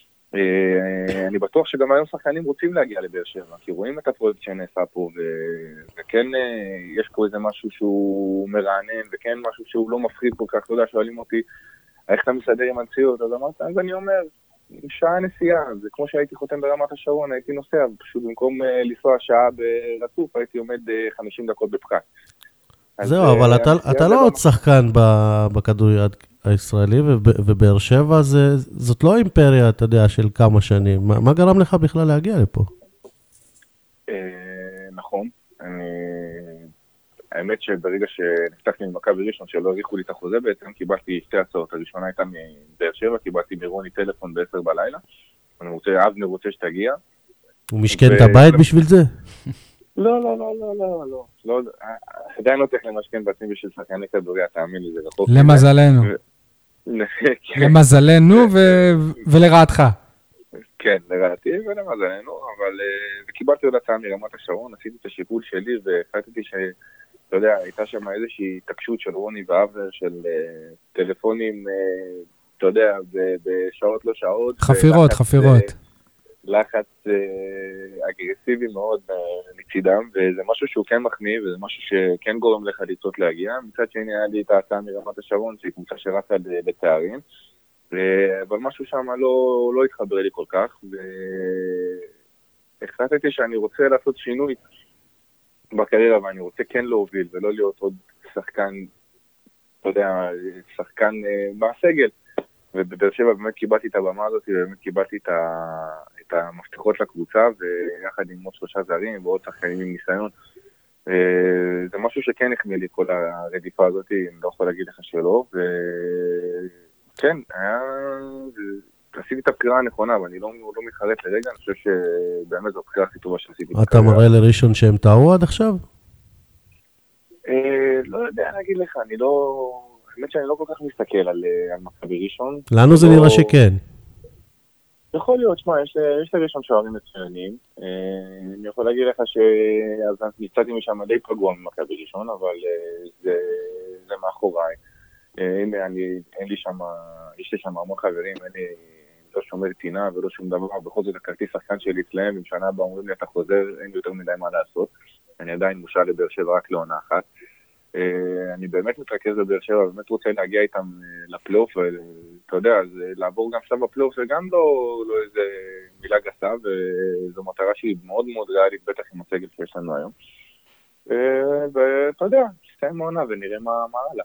אני בטוח שגם היום שחקנים רוצים להגיע לבאר שבע, כי רואים את הפרויקט שנעשה פה, וכן יש פה איזה משהו שהוא מרענן, וכן משהו שהוא לא מפחיד כל כך. אתה יודע, שואלים אותי, איך אתה מסדר עם המציאות? אז אמרת, אז אני אומר, שעה נסיעה, זה כמו שהייתי חותם ברמת השרון, הייתי נוסע, פשוט במקום לנסוע שעה ברצוף, הייתי עומד חמישים דקות בפקק. זהו, אבל אתה לא עוד שחקן בכדוריד הישראלי, ובאר שבע זאת לא אימפריה, אתה יודע, של כמה שנים. מה גרם לך בכלל להגיע לפה? נכון. האמת שברגע שנפתחתי ממכבי ראשון, שלא הריחו לי את החוזה בעצם, קיבלתי שתי הצעות. הראשונה הייתה מבאר שבע, קיבלתי מרוני טלפון בעשר בלילה. אני רוצה, אבנר רוצה שתגיע. הוא משכן את הבית בשביל זה? לא, לא, לא, לא, לא, לא. עדיין לא צריך למשכן בעצמי בשביל שחקני כדוריד, תאמין לי, זה רחוק. למזלנו. למזלנו ולרעתך. כן, לרעתי ולמזלנו, אבל קיבלתי עוד הצעה מרמת השרון, עשיתי את השיקול שלי והחלטתי ש... אתה יודע, הייתה שם איזושהי התעקשות של רוני ואבר, של טלפונים, אתה יודע, בשעות לא שעות. חפירות, חפירות. לחץ אגרסיבי מאוד מצידם, וזה משהו שהוא כן מחמיא, וזה משהו שכן גורם לך לצאות להגיע. מצד שני היה לי את ההצעה מרמת השרון, שהיא קבוצה שרצה לתארים, אבל משהו שם לא, לא התחבר לי כל כך, והחלטתי שאני רוצה לעשות שינוי בקריירה, ואני רוצה כן להוביל, ולא להיות עוד שחקן, אתה יודע, שחקן מהסגל. ובבאר שבע באמת קיבלתי את הבמה הזאת, ובאמת קיבלתי את, ה... את המפתחות לקבוצה, ויחד עם עוד שלושה זרים ועוד שחקנים עם ניסיון. זה משהו שכן החמיא לי כל הרדיפה הזאת, אני לא יכול להגיד לך שלא, וכן, היה... עשיתי את הבחירה הנכונה, אבל אני לא, לא מתחרט לרגע, אני חושב שבאמת זו הבחירה הכי טובה שעשיתי. אתה מראה לראשון שהם טעו עד עכשיו? לא יודע להגיד לך, אני לא... האמת שאני לא כל כך מסתכל על, על מכבי ראשון. לנו זה נראה שכן. יכול להיות, שמה, יש, יש לראשון שוערים מצוינים. אני יכול להגיד לך שאז ניצאתי משם די פגוע ממכבי ראשון, אבל זה, זה מאחוריי. הנה, אני, אין לי שם, יש לי שם המון חברים, אין לי לא שומר טינה ולא שום דבר, בכל זאת הכרטיס שחקן שלי אצלם, אם שנה הבאה אומרים לי אתה חוזר, אין יותר מדי מה לעשות. אני עדיין מושל לבאר שבע רק לעונה אחת. אני באמת מתרכז בבאר שבע, באמת רוצה להגיע איתם לפלייאוף, ואתה יודע, אז לעבור גם שלב בפלייאוף זה גם לא, לא איזה מילה גסה, וזו מטרה שהיא מאוד מאוד ריאלית, בטח עם הסגל שיש לנו היום. ואתה יודע, נסתיים מעונה ונראה מה, מה הלאה.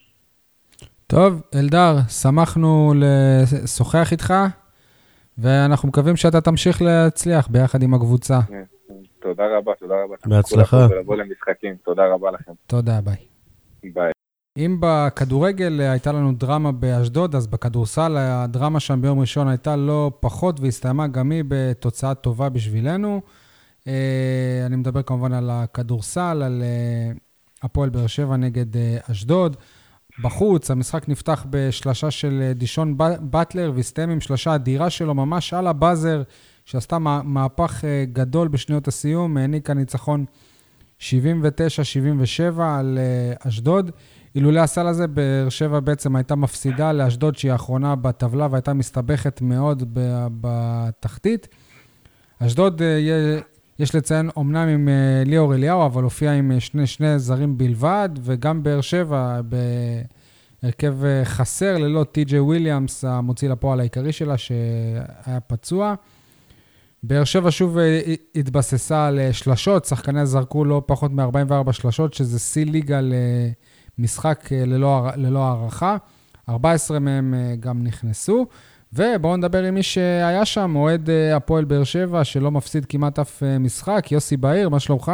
טוב, אלדר, שמחנו לשוחח איתך, ואנחנו מקווים שאתה תמשיך להצליח ביחד עם הקבוצה. תודה רבה, תודה רבה. בהצלחה. ולבוא למשחקים, תודה רבה לכם. תודה, ביי. ביי. אם בכדורגל הייתה לנו דרמה באשדוד, אז בכדורסל הדרמה שם ביום ראשון הייתה לא פחות, והסתיימה גם היא בתוצאה טובה בשבילנו. אני מדבר כמובן על הכדורסל, על הפועל באר שבע נגד אשדוד. בחוץ, המשחק נפתח בשלשה של דישון בטלר, והסתיים עם שלשה אדירה שלו, ממש על הבאזר, שעשתה מהפך גדול בשניות הסיום, העניקה ניצחון שבעים ותשע שבעים ושבע על אשדוד. אילולא הסל הזה, באר שבע בעצם הייתה מפסידה לאשדוד, שהיא האחרונה בטבלה, והייתה מסתבכת מאוד בתחתית. אשדוד, יש לציין אומנם עם ליאור אליהו, אבל הופיע עם שני, שני זרים בלבד, וגם באר שבע בהרכב חסר, ללא טי.ג'יי וויליאמס, המוציא לפועל העיקרי שלה, שהיה פצוע. באר שבע שוב התבססה על שלשות, שחקני זרקו לא פחות מ-ארבעים וארבע שלשות, שזה סי ליגה למשחק ללא, ללא הערכה. ארבע עשרה מהם גם נכנסו. ובואו נדבר עם מי שהיה שם, אוהד הפועל באר שבע, שלא מפסיד כמעט אף משחק. יוסי בהיר, מה שלומך?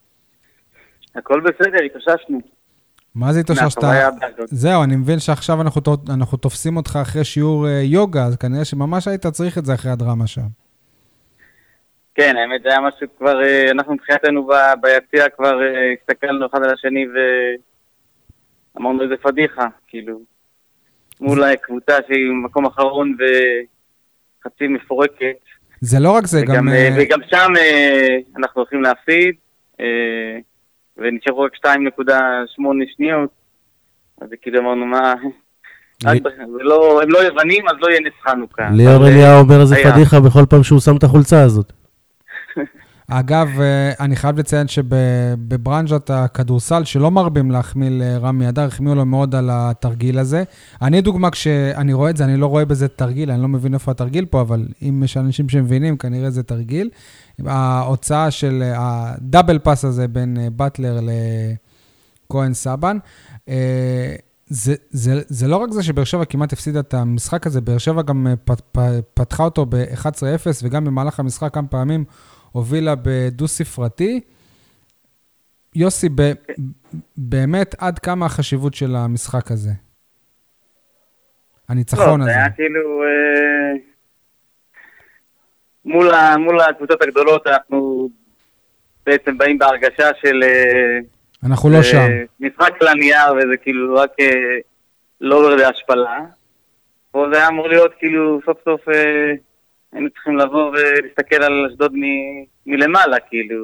הכל בסדר, התאוששנו. מה זה התאוששת? זהו, אני מבין שעכשיו אנחנו, אנחנו תופסים אותך אחרי שיעור יוגה, אז כנראה שממש היית צריך את זה אחרי הדרמה שם. כן, האמת, זה היה משהו כבר, אנחנו מבחינתנו ביציע כבר הסתכלנו אחד על השני ואמרנו איזה פדיחה, כאילו. מול הקבוצה שהיא מקום אחרון וחצי מפורקת. זה לא רק זה, וגם, גם... וגם שם אנחנו הולכים להפסיד, ונשארו רק שתיים נקודה שמונה שניות, אז כאילו אמרנו מה... לא, הם לא יוונים, אז לא יהיה נס חנוכה. ליאור אליהו אומר איזה פדיחה בכל פעם שהוא שם את החולצה הזאת. אגב, אני חייב לציין שבברנז'ת הכדורסל, שלא מרבים להחמיא לרמי אדר, החמיאו לו מאוד על התרגיל הזה. אני דוגמה, כשאני רואה את זה, אני לא רואה בזה תרגיל, אני לא מבין איפה התרגיל פה, אבל אם יש אנשים שמבינים, כנראה זה תרגיל. ההוצאה של הדאבל פאס הזה בין בטלר לכהן סבן, זה, זה, זה לא רק זה שבאר שבע כמעט הפסידה את המשחק הזה, באר שבע גם פתחה אותו ב-אחת עשרה אפס, וגם במהלך המשחק כמה פעמים הובילה בדו ספרתי. יוסי, ב, באמת עד כמה החשיבות של המשחק הזה? הניצחון הזה. זה היה כאילו, אה, מול, מול הקבוצות הגדולות אנחנו בעצם באים בהרגשה של... אה, אנחנו לא שם. משחק על הנייר, וזה כאילו רק לא עובר להשפלה. פה זה היה אמור להיות כאילו סוף סוף היינו צריכים לבוא ולהסתכל על אשדוד מלמעלה, כאילו.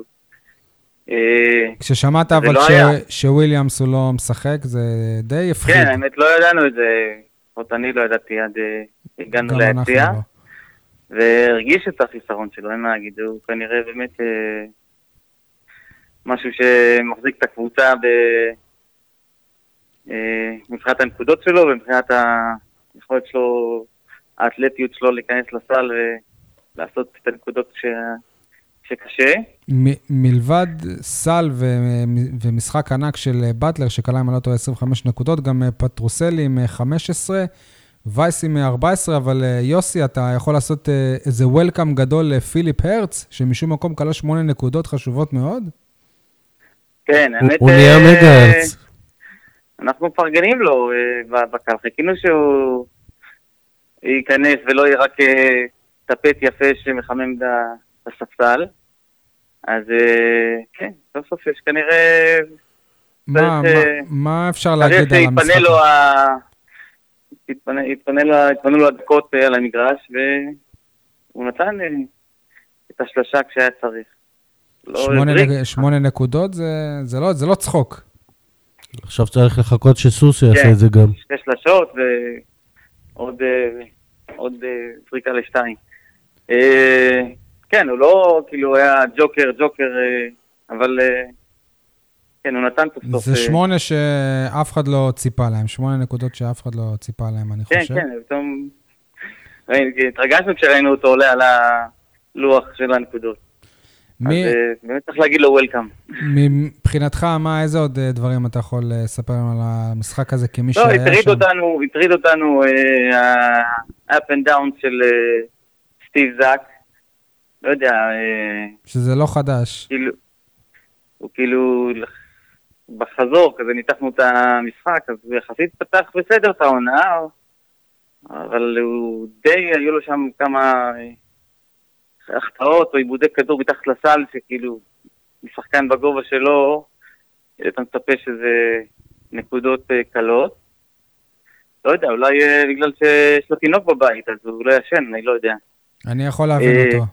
כששמעת אבל שוויליאמס הוא לא משחק, זה די הפחיד. כן, האמת לא ידענו את זה. עוד אני לא ידעתי עד הגענו להציע. והרגיש את החיסרון שלו, אין מה להגיד. הוא כנראה באמת... משהו שמחזיק את הקבוצה במבחינת הנקודות שלו, ומבחינת היכולת שלו, האתלטיות שלו להיכנס לסל ולעשות את הנקודות שקשה. מלבד סל ומשחק ענק של בטלר, שקלה עם עלות עשרים וחמש נקודות, גם פטרוסלי עם חמש עשרה, וייס עם ארבע עשרה, אבל יוסי, אתה יכול לעשות איזה וולקאם גדול לפיליפ הרץ, שמשום מקום קלה שמונה נקודות חשובות מאוד? כן, האמת... הוא נהיה מגה הרץ. אנחנו מפרגנים לו בקל, חיכינו שהוא ייכנס ולא יהיה רק טפט יפה שמחמם את הספסל. אז כן, סוף סוף יש כנראה... מה אפשר להגיד על המשחק? שיתפנה לו יתפנו לו הדקות על המגרש, והוא נתן את השלושה כשהיה צריך. שמונה נקודות, זה לא צחוק. עכשיו צריך לחכות שסוסי יעשה את זה גם. שתי שלשות ועוד זריקה לשתיים. כן, הוא לא, כאילו, היה ג'וקר, ג'וקר, אבל כן, הוא נתן את הסוף. זה שמונה שאף אחד לא ציפה להם, שמונה נקודות שאף אחד לא ציפה להם, אני חושב. כן, כן, פתאום התרגשנו כשראינו אותו עולה על הלוח של הנקודות. אז באמת צריך להגיד לו וולקאם. מבחינתך, מה, איזה עוד דברים אתה יכול לספר על המשחק הזה כמי שהיה שם? לא, הטריד אותנו ה-up and down של סטיב זאק. לא יודע. שזה לא חדש. הוא כאילו בחזור, כזה ניתחנו את המשחק, אז הוא יחסית פתח בסדר את העונה, אבל הוא די, היו לו שם כמה... החטאות או עיבודי כדור מתחת לסל, שכאילו משחקן בגובה שלו, אתה מצפה שזה נקודות קלות. לא יודע, אולי בגלל שיש לו תינוק בבית, אז הוא לא ישן, אני לא יודע. אני יכול להבין אותו.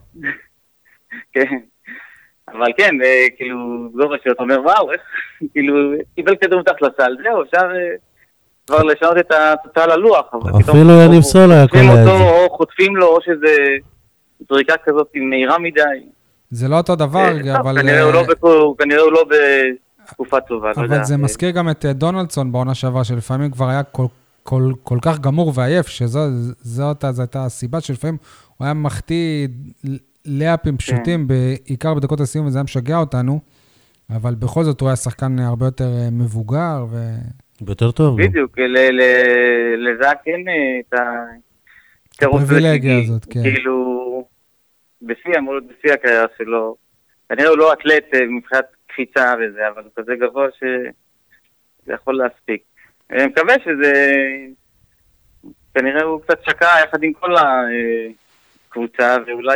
כן, אבל כן, כאילו, גובה שלו, אתה אומר, וואו, איך, כאילו, קיבל כדור מתחת לסל, זהו, אפשר כבר לשנות את התוצאה ללוח. אפילו יניב סול היה קולה את זה. או חוטפים לו, או שזה... זריקה כזאת מהירה מדי. זה לא אותו דבר, אבל... כנראה הוא לא בתקופה טובה. אבל זה מזכיר גם את דונלדסון בעונה שעברה, שלפעמים כבר היה כל כך גמור ועייף, שזאת הייתה הסיבה שלפעמים הוא היה מחטיא לאפים פשוטים, בעיקר בדקות הסיום, וזה היה משגע אותנו, אבל בכל זאת הוא היה שחקן הרבה יותר מבוגר. ביותר טוב. בדיוק, לזק אין את ה... הפריבילגיה הזאת, כן. כאילו... בשיא, אמור להיות בשיא הקריירה שלו. כנראה הוא לא אתלט מבחינת קפיצה וזה, אבל הוא כזה גבוה שזה יכול להספיק. אני מקווה שזה... כנראה הוא קצת שקע יחד עם כל הקבוצה, ואולי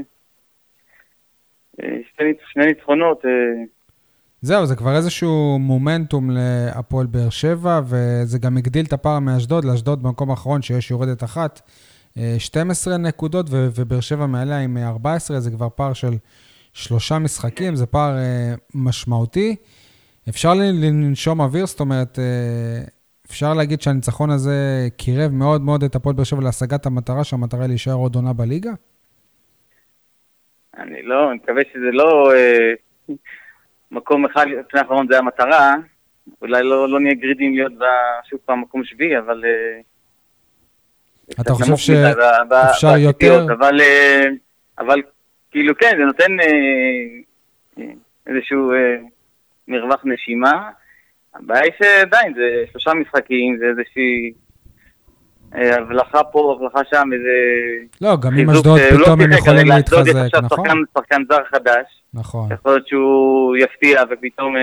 שני ניצחונות. זהו, זה כבר איזשהו מומנטום להפועל באר שבע, וזה גם הגדיל את הפער מאשדוד, לאשדוד במקום האחרון שיש יורדת אחת. שתים עשרה נקודות, ובאר שבע מעליה עם ארבע עשרה, זה כבר פער של שלושה משחקים, זה פער משמעותי. אפשר לנשום אוויר, זאת אומרת, אפשר להגיד שהניצחון הזה קירב מאוד מאוד את הפועל באר שבע להשגת המטרה, שהמטרה היא להישאר עוד עונה בליגה? אני לא, אני מקווה שזה לא אה, מקום אחד, לפני האחרון זה המטרה, אולי לא, לא נהיה גרידים להיות שוב פעם מקום שביעי, אבל... אה, אתה חושב שאפשר יותר? אבל, אה, אבל כאילו כן, זה נותן אה, איזשהו אה, מרווח נשימה, הבעיה היא שעדיין, זה שלושה משחקים, זה איזושהי... הבלחה פה, הבלחה שם, איזה... לא, גם אם אשדוד פתאום הם יכולים להתחזק, נכון? שחקן זר חדש. נכון. יכול להיות שהוא יפתיע ופתאום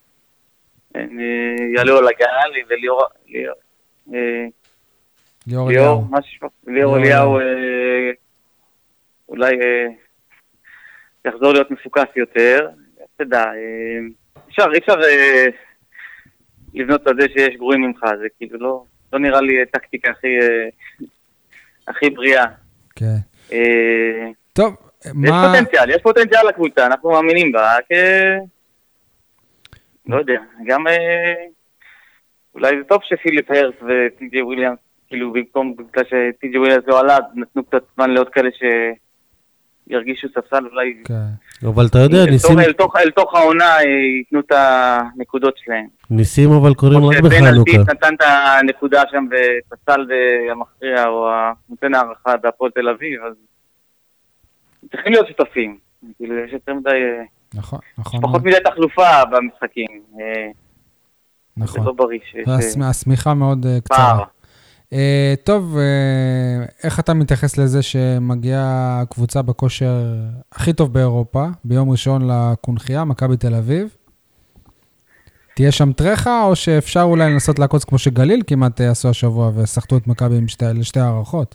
יעלו על הגל, וליאור... ליאור אליהו. ליאור אליהו אולי יחזור להיות מפוקס יותר. אתה יודע, אפשר, אפשר לבנות על זה שיש גרועים ממך, זה כאילו לא... לא נראה לי טקטיקה הכי, הכי בריאה. כן. טוב, מה... יש פוטנציאל, יש פוטנציאל לקבוצה, אנחנו מאמינים בה, כ... לא יודע, גם אולי זה טוב שפיליפ הרס וטי.ג'יי וויליאמס, כאילו במקום, בגלל שטי.ג'יי וויליאמס לא עלה, נתנו קצת זמן לעוד כאלה שירגישו ספסל, אולי... כן. אבל אתה יודע, ניסים... אל תוך העונה ייתנו את הנקודות שלהם. ניסים אבל קוראים רק בחנוכה. נתן את הנקודה שם בספסל המכריע, או נותן הערכה בהפועל תל אביב, אז צריכים להיות שותפים. כאילו, יש יותר מדי... נכון, נכון. פחות מדי תחלופה במשחקים. נכון. זה לא בריא. הסמיכה מאוד קצרה. טוב, איך אתה מתייחס לזה שמגיעה קבוצה בכושר הכי טוב באירופה, ביום ראשון לקונחייה, מכבי תל אביב? תהיה שם טרחה, או שאפשר אולי לנסות לעקוץ כמו שגליל כמעט עשו השבוע, ושחטו את מכבי לשתי הערכות?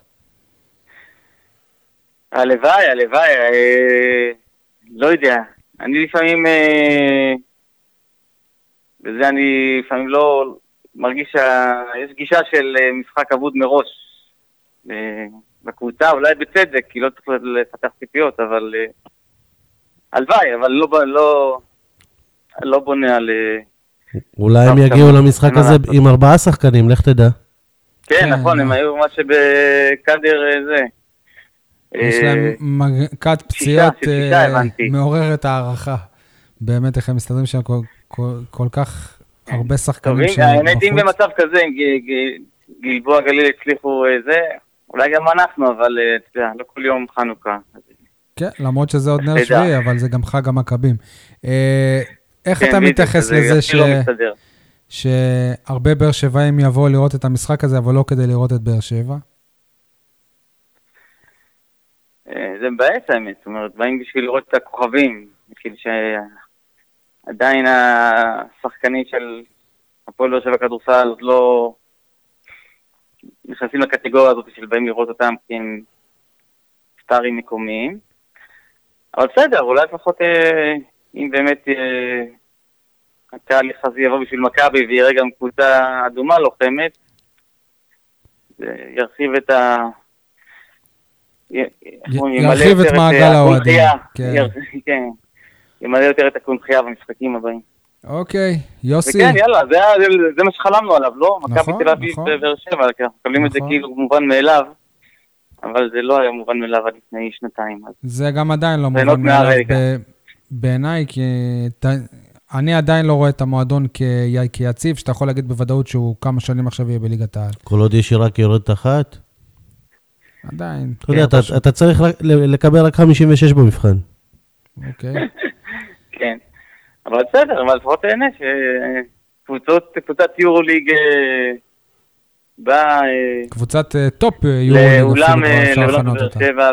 הלוואי, הלוואי, לא יודע. אני לפעמים, וזה אני לפעמים לא... מרגיש שיש גישה של משחק אבוד מראש בקבוצה, אולי בצדק, כי לא צריך לפתח ציפיות, אבל הלוואי, אבל לא, לא, לא בונה על... אולי הם יגיעו למשחק הזה עם ארבעה שחקנים, לך תדע. כן, נכון, הם היו מה שבקדר זה. יש להם מכת פציעות מעוררת הערכה. באמת, איך הם מסתדרים שם כל כך... הרבה שחקנים שהם בחוץ. האמת, אם במצב כזה, אם גלבוע גליל הצליחו זה, אולי גם אנחנו, אבל לא כל יום חנוכה. כן, למרות שזה עוד נר שביעי, אבל זה גם חג המכבים. איך אתה מתייחס לזה שהרבה באר שבעים יבואו לראות את המשחק הזה, אבל לא כדי לראות את באר שבע? זה מבאס האמת, זאת אומרת, באים בשביל לראות את הכוכבים, בשביל ש... עדיין השחקנים של הפועל באר שבע כדורסל עוד לא נכנסים לקטגוריה הזאת של באים לראות אותם כי הם סטארים מקומיים. אבל בסדר, אולי לפחות אם באמת הקהל יחזי יבוא בשביל מכבי ויראה גם קבוצה אדומה לוחמת, זה ירחיב את ה... ירחיב את מעגל האוהדים. כן. ימלא יותר את הקונחייה במשחקים הבאים. אוקיי, יוסי. וכן, יאללה, זה, זה, זה מה שחלמנו עליו, לא? מכבי נכון, תל אביב נכון. בבאר שבע, אנחנו מקבלים נכון. את זה כאילו מובן מאליו, אבל זה לא היה מובן מאליו עד לפני שנתיים. אז... זה גם עדיין לא מובן מאליו ב... בעיניי, כי ת... אני עדיין לא רואה את המועדון כ... כיציב, שאתה יכול להגיד בוודאות שהוא כמה שנים עכשיו יהיה בליגת העל. כל עוד יש רק יורד אחת? עדיין. אתה יודע, אתה, אתה צריך לקבל רק חמישים ושש במבחן. אוקיי. כן, אבל בסדר, אבל לפחות תהנה שקבוצות, קבוצת יורוליג באה... קבוצת טופ יורוליג לאולם באר שבע,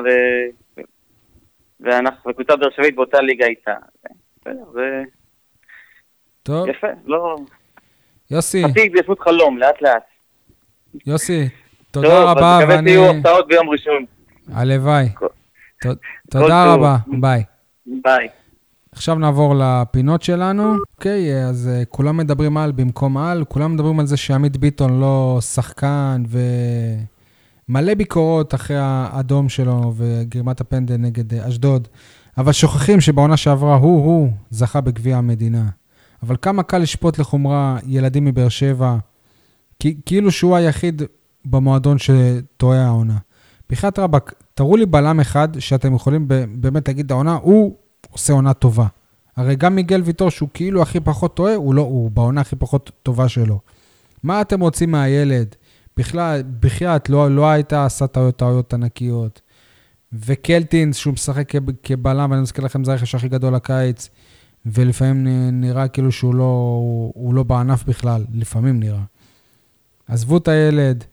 ואנחנו, וקבוצה באר שבעית באותה ליגה איתה. בסדר, זה... טוב. יפה, לא... יוסי. עתיד יפות חלום, לאט לאט. יוסי, תודה רבה, ואני... טוב, אז מקווה תהיו הפתעות ביום ראשון. הלוואי. תודה רבה, ביי. ביי. עכשיו נעבור לפינות שלנו. אוקיי, אז uh, כולם מדברים על במקום על, כולם מדברים על זה שעמית ביטון לא שחקן, ומלא ביקורות אחרי האדום שלו וגרימת הפנדל נגד אשדוד, אבל שוכחים שבעונה שעברה הוא, הוא זכה בגביע המדינה. אבל כמה קל לשפוט לחומרה ילדים מבאר שבע, כאילו שהוא היחיד במועדון שטועה העונה. בחיית רבק, תראו לי בלם אחד שאתם יכולים באמת להגיד העונה, הוא עושה עונה טובה. הרי גם מיגל ויטור, שהוא כאילו הכי פחות טועה, הוא לא, הוא בעונה הכי פחות טובה שלו. מה אתם רוצים מהילד? בכלל, בחייאת, לא, לא הייתה עשה טעויות, טעויות ענקיות. וקלטינס, שהוא משחק כבלם, ואני מזכיר לכם, זה הרכש הכי גדול לקיץ, ולפעמים נראה כאילו שהוא לא, הוא, הוא לא בענף בכלל, לפעמים נראה. עזבו את הילד,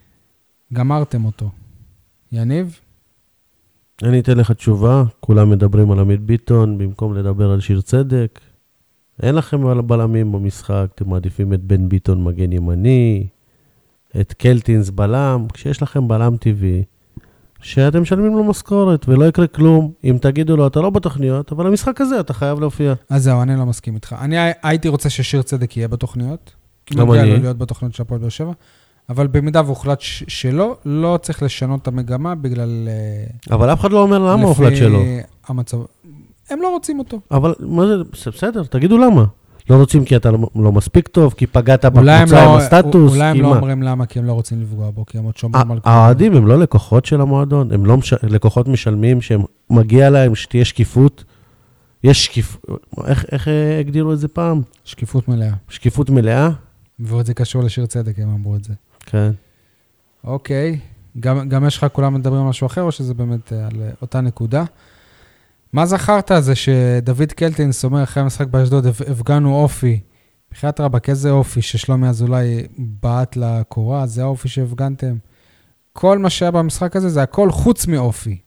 גמרתם אותו. יניב? אני אתן לך תשובה, כולם מדברים על עמית ביטון, במקום לדבר על שיר צדק. אין לכם בלמים במשחק, אתם מעדיפים את בן ביטון מגן ימני, את קלטינס בלם, כשיש לכם בלם טבעי, שאתם משלמים לו משכורת, ולא יקרה כלום, אם תגידו לו, אתה לא בתוכניות, אבל המשחק הזה אתה חייב להופיע. אז זהו, אני לא מסכים איתך. אני הייתי רוצה ששיר צדק יהיה בתוכניות, גם מגיע אני. לו להיות בתוכניות של הפועל באר שבע, אבל במידה והוחלט ש- שלא, לא צריך לשנות את המגמה בגלל... אבל אף אחד לא אומר למה הוחלט שלו. המצב... הם לא רוצים אותו. אבל מה זה, בסדר, תגידו למה. לא רוצים כי אתה לא, לא מספיק טוב, כי פגעת אולי הם בקבוצה לא, עם הסטטוס. אולי הם כי לא מה? אומרים למה, כי הם לא רוצים לפגוע בו, כי הם עוד שומרים על... האוהדים הם לא לקוחות של המועדון, הם לא מש... לקוחות משלמים שהם מגיע להם שתהיה שקיפות. יש שקיפות, איך, איך הגדירו את זה פעם? שקיפות מלאה. שקיפות מלאה? ועוד זה קשור לשיר צדק, הם אמרו את זה. כן. אוקיי, גם, גם יש לך כולם מדברים על משהו אחר, או שזה באמת על אותה נקודה? מה זכרת זה שדוד קלטינס אומר אחרי המשחק באשדוד, הפגענו אופי, בחיית רבק, איזה אופי ששלומי אזולאי בעט לקורה, זה האופי שהפגנתם. כל מה שהיה במשחק הזה זה הכל חוץ מאופי.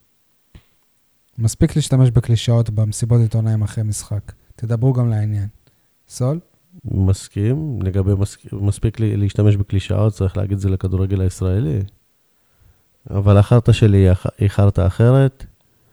מספיק להשתמש בקלישאות במסיבות עיתונאים אחרי משחק. תדברו גם לעניין. סול? מסכים, לגבי מסק... מספיק לי להשתמש בקלישאות, צריך להגיד זה לכדורגל הישראלי. אבל החרטה שלי היא חרטה אחרת.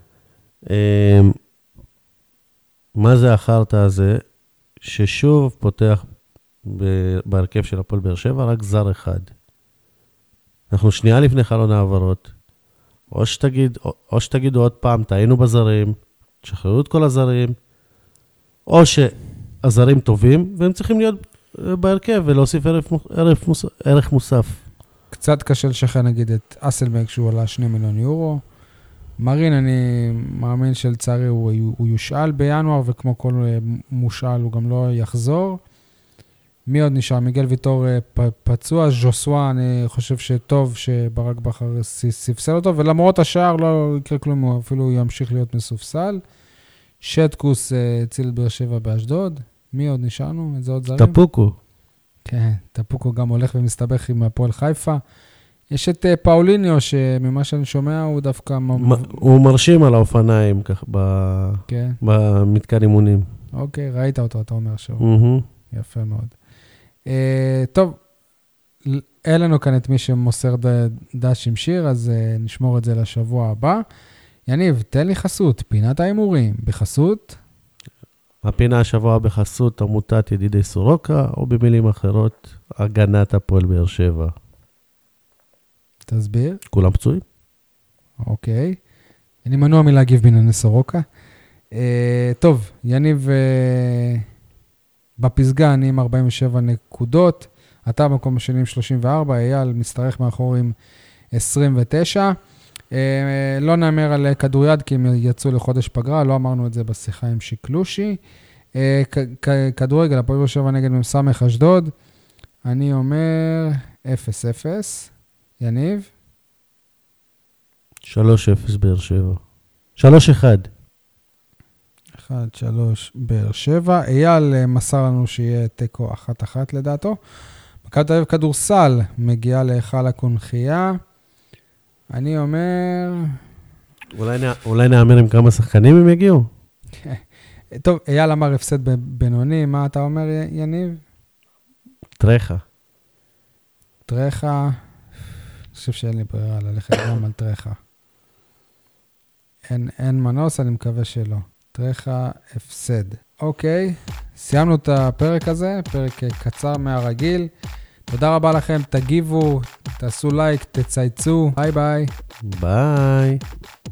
מה זה החרטה הזה? ששוב פותח בהרכב של הפועל באר שבע רק זר אחד. אנחנו שנייה לפני חלון העברות. או שתגיד, או, או שתגידו עוד פעם, טעינו בזרים, תשחררו את כל הזרים, או שהזרים טובים, והם צריכים להיות בהרכב ולהוסיף ערך, ערך, ערך מוסף. קצת קשה לשחרר נגיד את אסלבנק שהוא עלה שני מיליון יורו. מרין, אני מאמין שלצערי הוא, הוא יושאל בינואר, וכמו כל מושאל הוא גם לא יחזור. מי עוד נשאר? מיגל ויטור פצוע, ז'וסווה, אני חושב שטוב שברק בכר ספסל אותו, ולמרות השאר לא יקרה כלום, הוא אפילו ימשיך להיות מסופסל. שטקוס הציל את באר שבע באשדוד. מי עוד נשארנו? איזה עוד זרים? טפוקו. כן, טפוקו גם הולך ומסתבך עם הפועל חיפה. יש את פאוליניו, שממה שאני שומע הוא דווקא... הוא מרשים על האופניים, כך, במתקן אימונים. אוקיי, ראית אותו, אתה אומר שהוא. יפה מאוד. טוב, אין לנו כאן את מי שמוסר דש עם שיר, אז נשמור את זה לשבוע הבא. יניב, תן לי חסות, פינת האימורים, בחסות... הפינה השבוע בחסות עמותת ידידי סורוקה, או במילים אחרות, הגנת הפועל באר שבע. תסביר. כולם פצועים. אוקיי. אני מנוע מלהגיב בענייני סורוקה. אה, טוב, יניב אה, בפסגה, אני עם ארבעים ושבע נקודות, אתה במקום השני עם שלושים וארבע, אייל מצטרך מאחור עם עשרים ותשע. אה, לא נאמר על כדוריד, כי הם יצאו לחודש פגרה, לא אמרנו את זה בשיחה עם שיקלושי. אה, כ- כ- כדורגל, הפועל באר שבע נגד ממסמך אשדוד, אני אומר אפס אפס. יניב? שלוש אפס באר שבע. שלוש אחד. אחד שלוש באר שבע. אייל מסר לנו שיהיה תיקו אחת אחת לדעתו. מכבי תל אביב כדורסל מגיעה להיכל הקונחייה. אני אומר... אולי, נע... אולי נאמר עם כמה שחקנים הם יגיעו? טוב, אייל אמר הפסד בינוני. מה אתה אומר, יניב? טרחה. טרחה. אני חושב שאין לי ברירה ללכת גם על טרחה. אין, אין מנוס, אני מקווה שלא. טרחה, הפסד. אוקיי, סיימנו את הפרק הזה, פרק קצר מהרגיל. תודה רבה לכם, תגיבו, תעשו לייק, תצייצו. ביי ביי. ביי.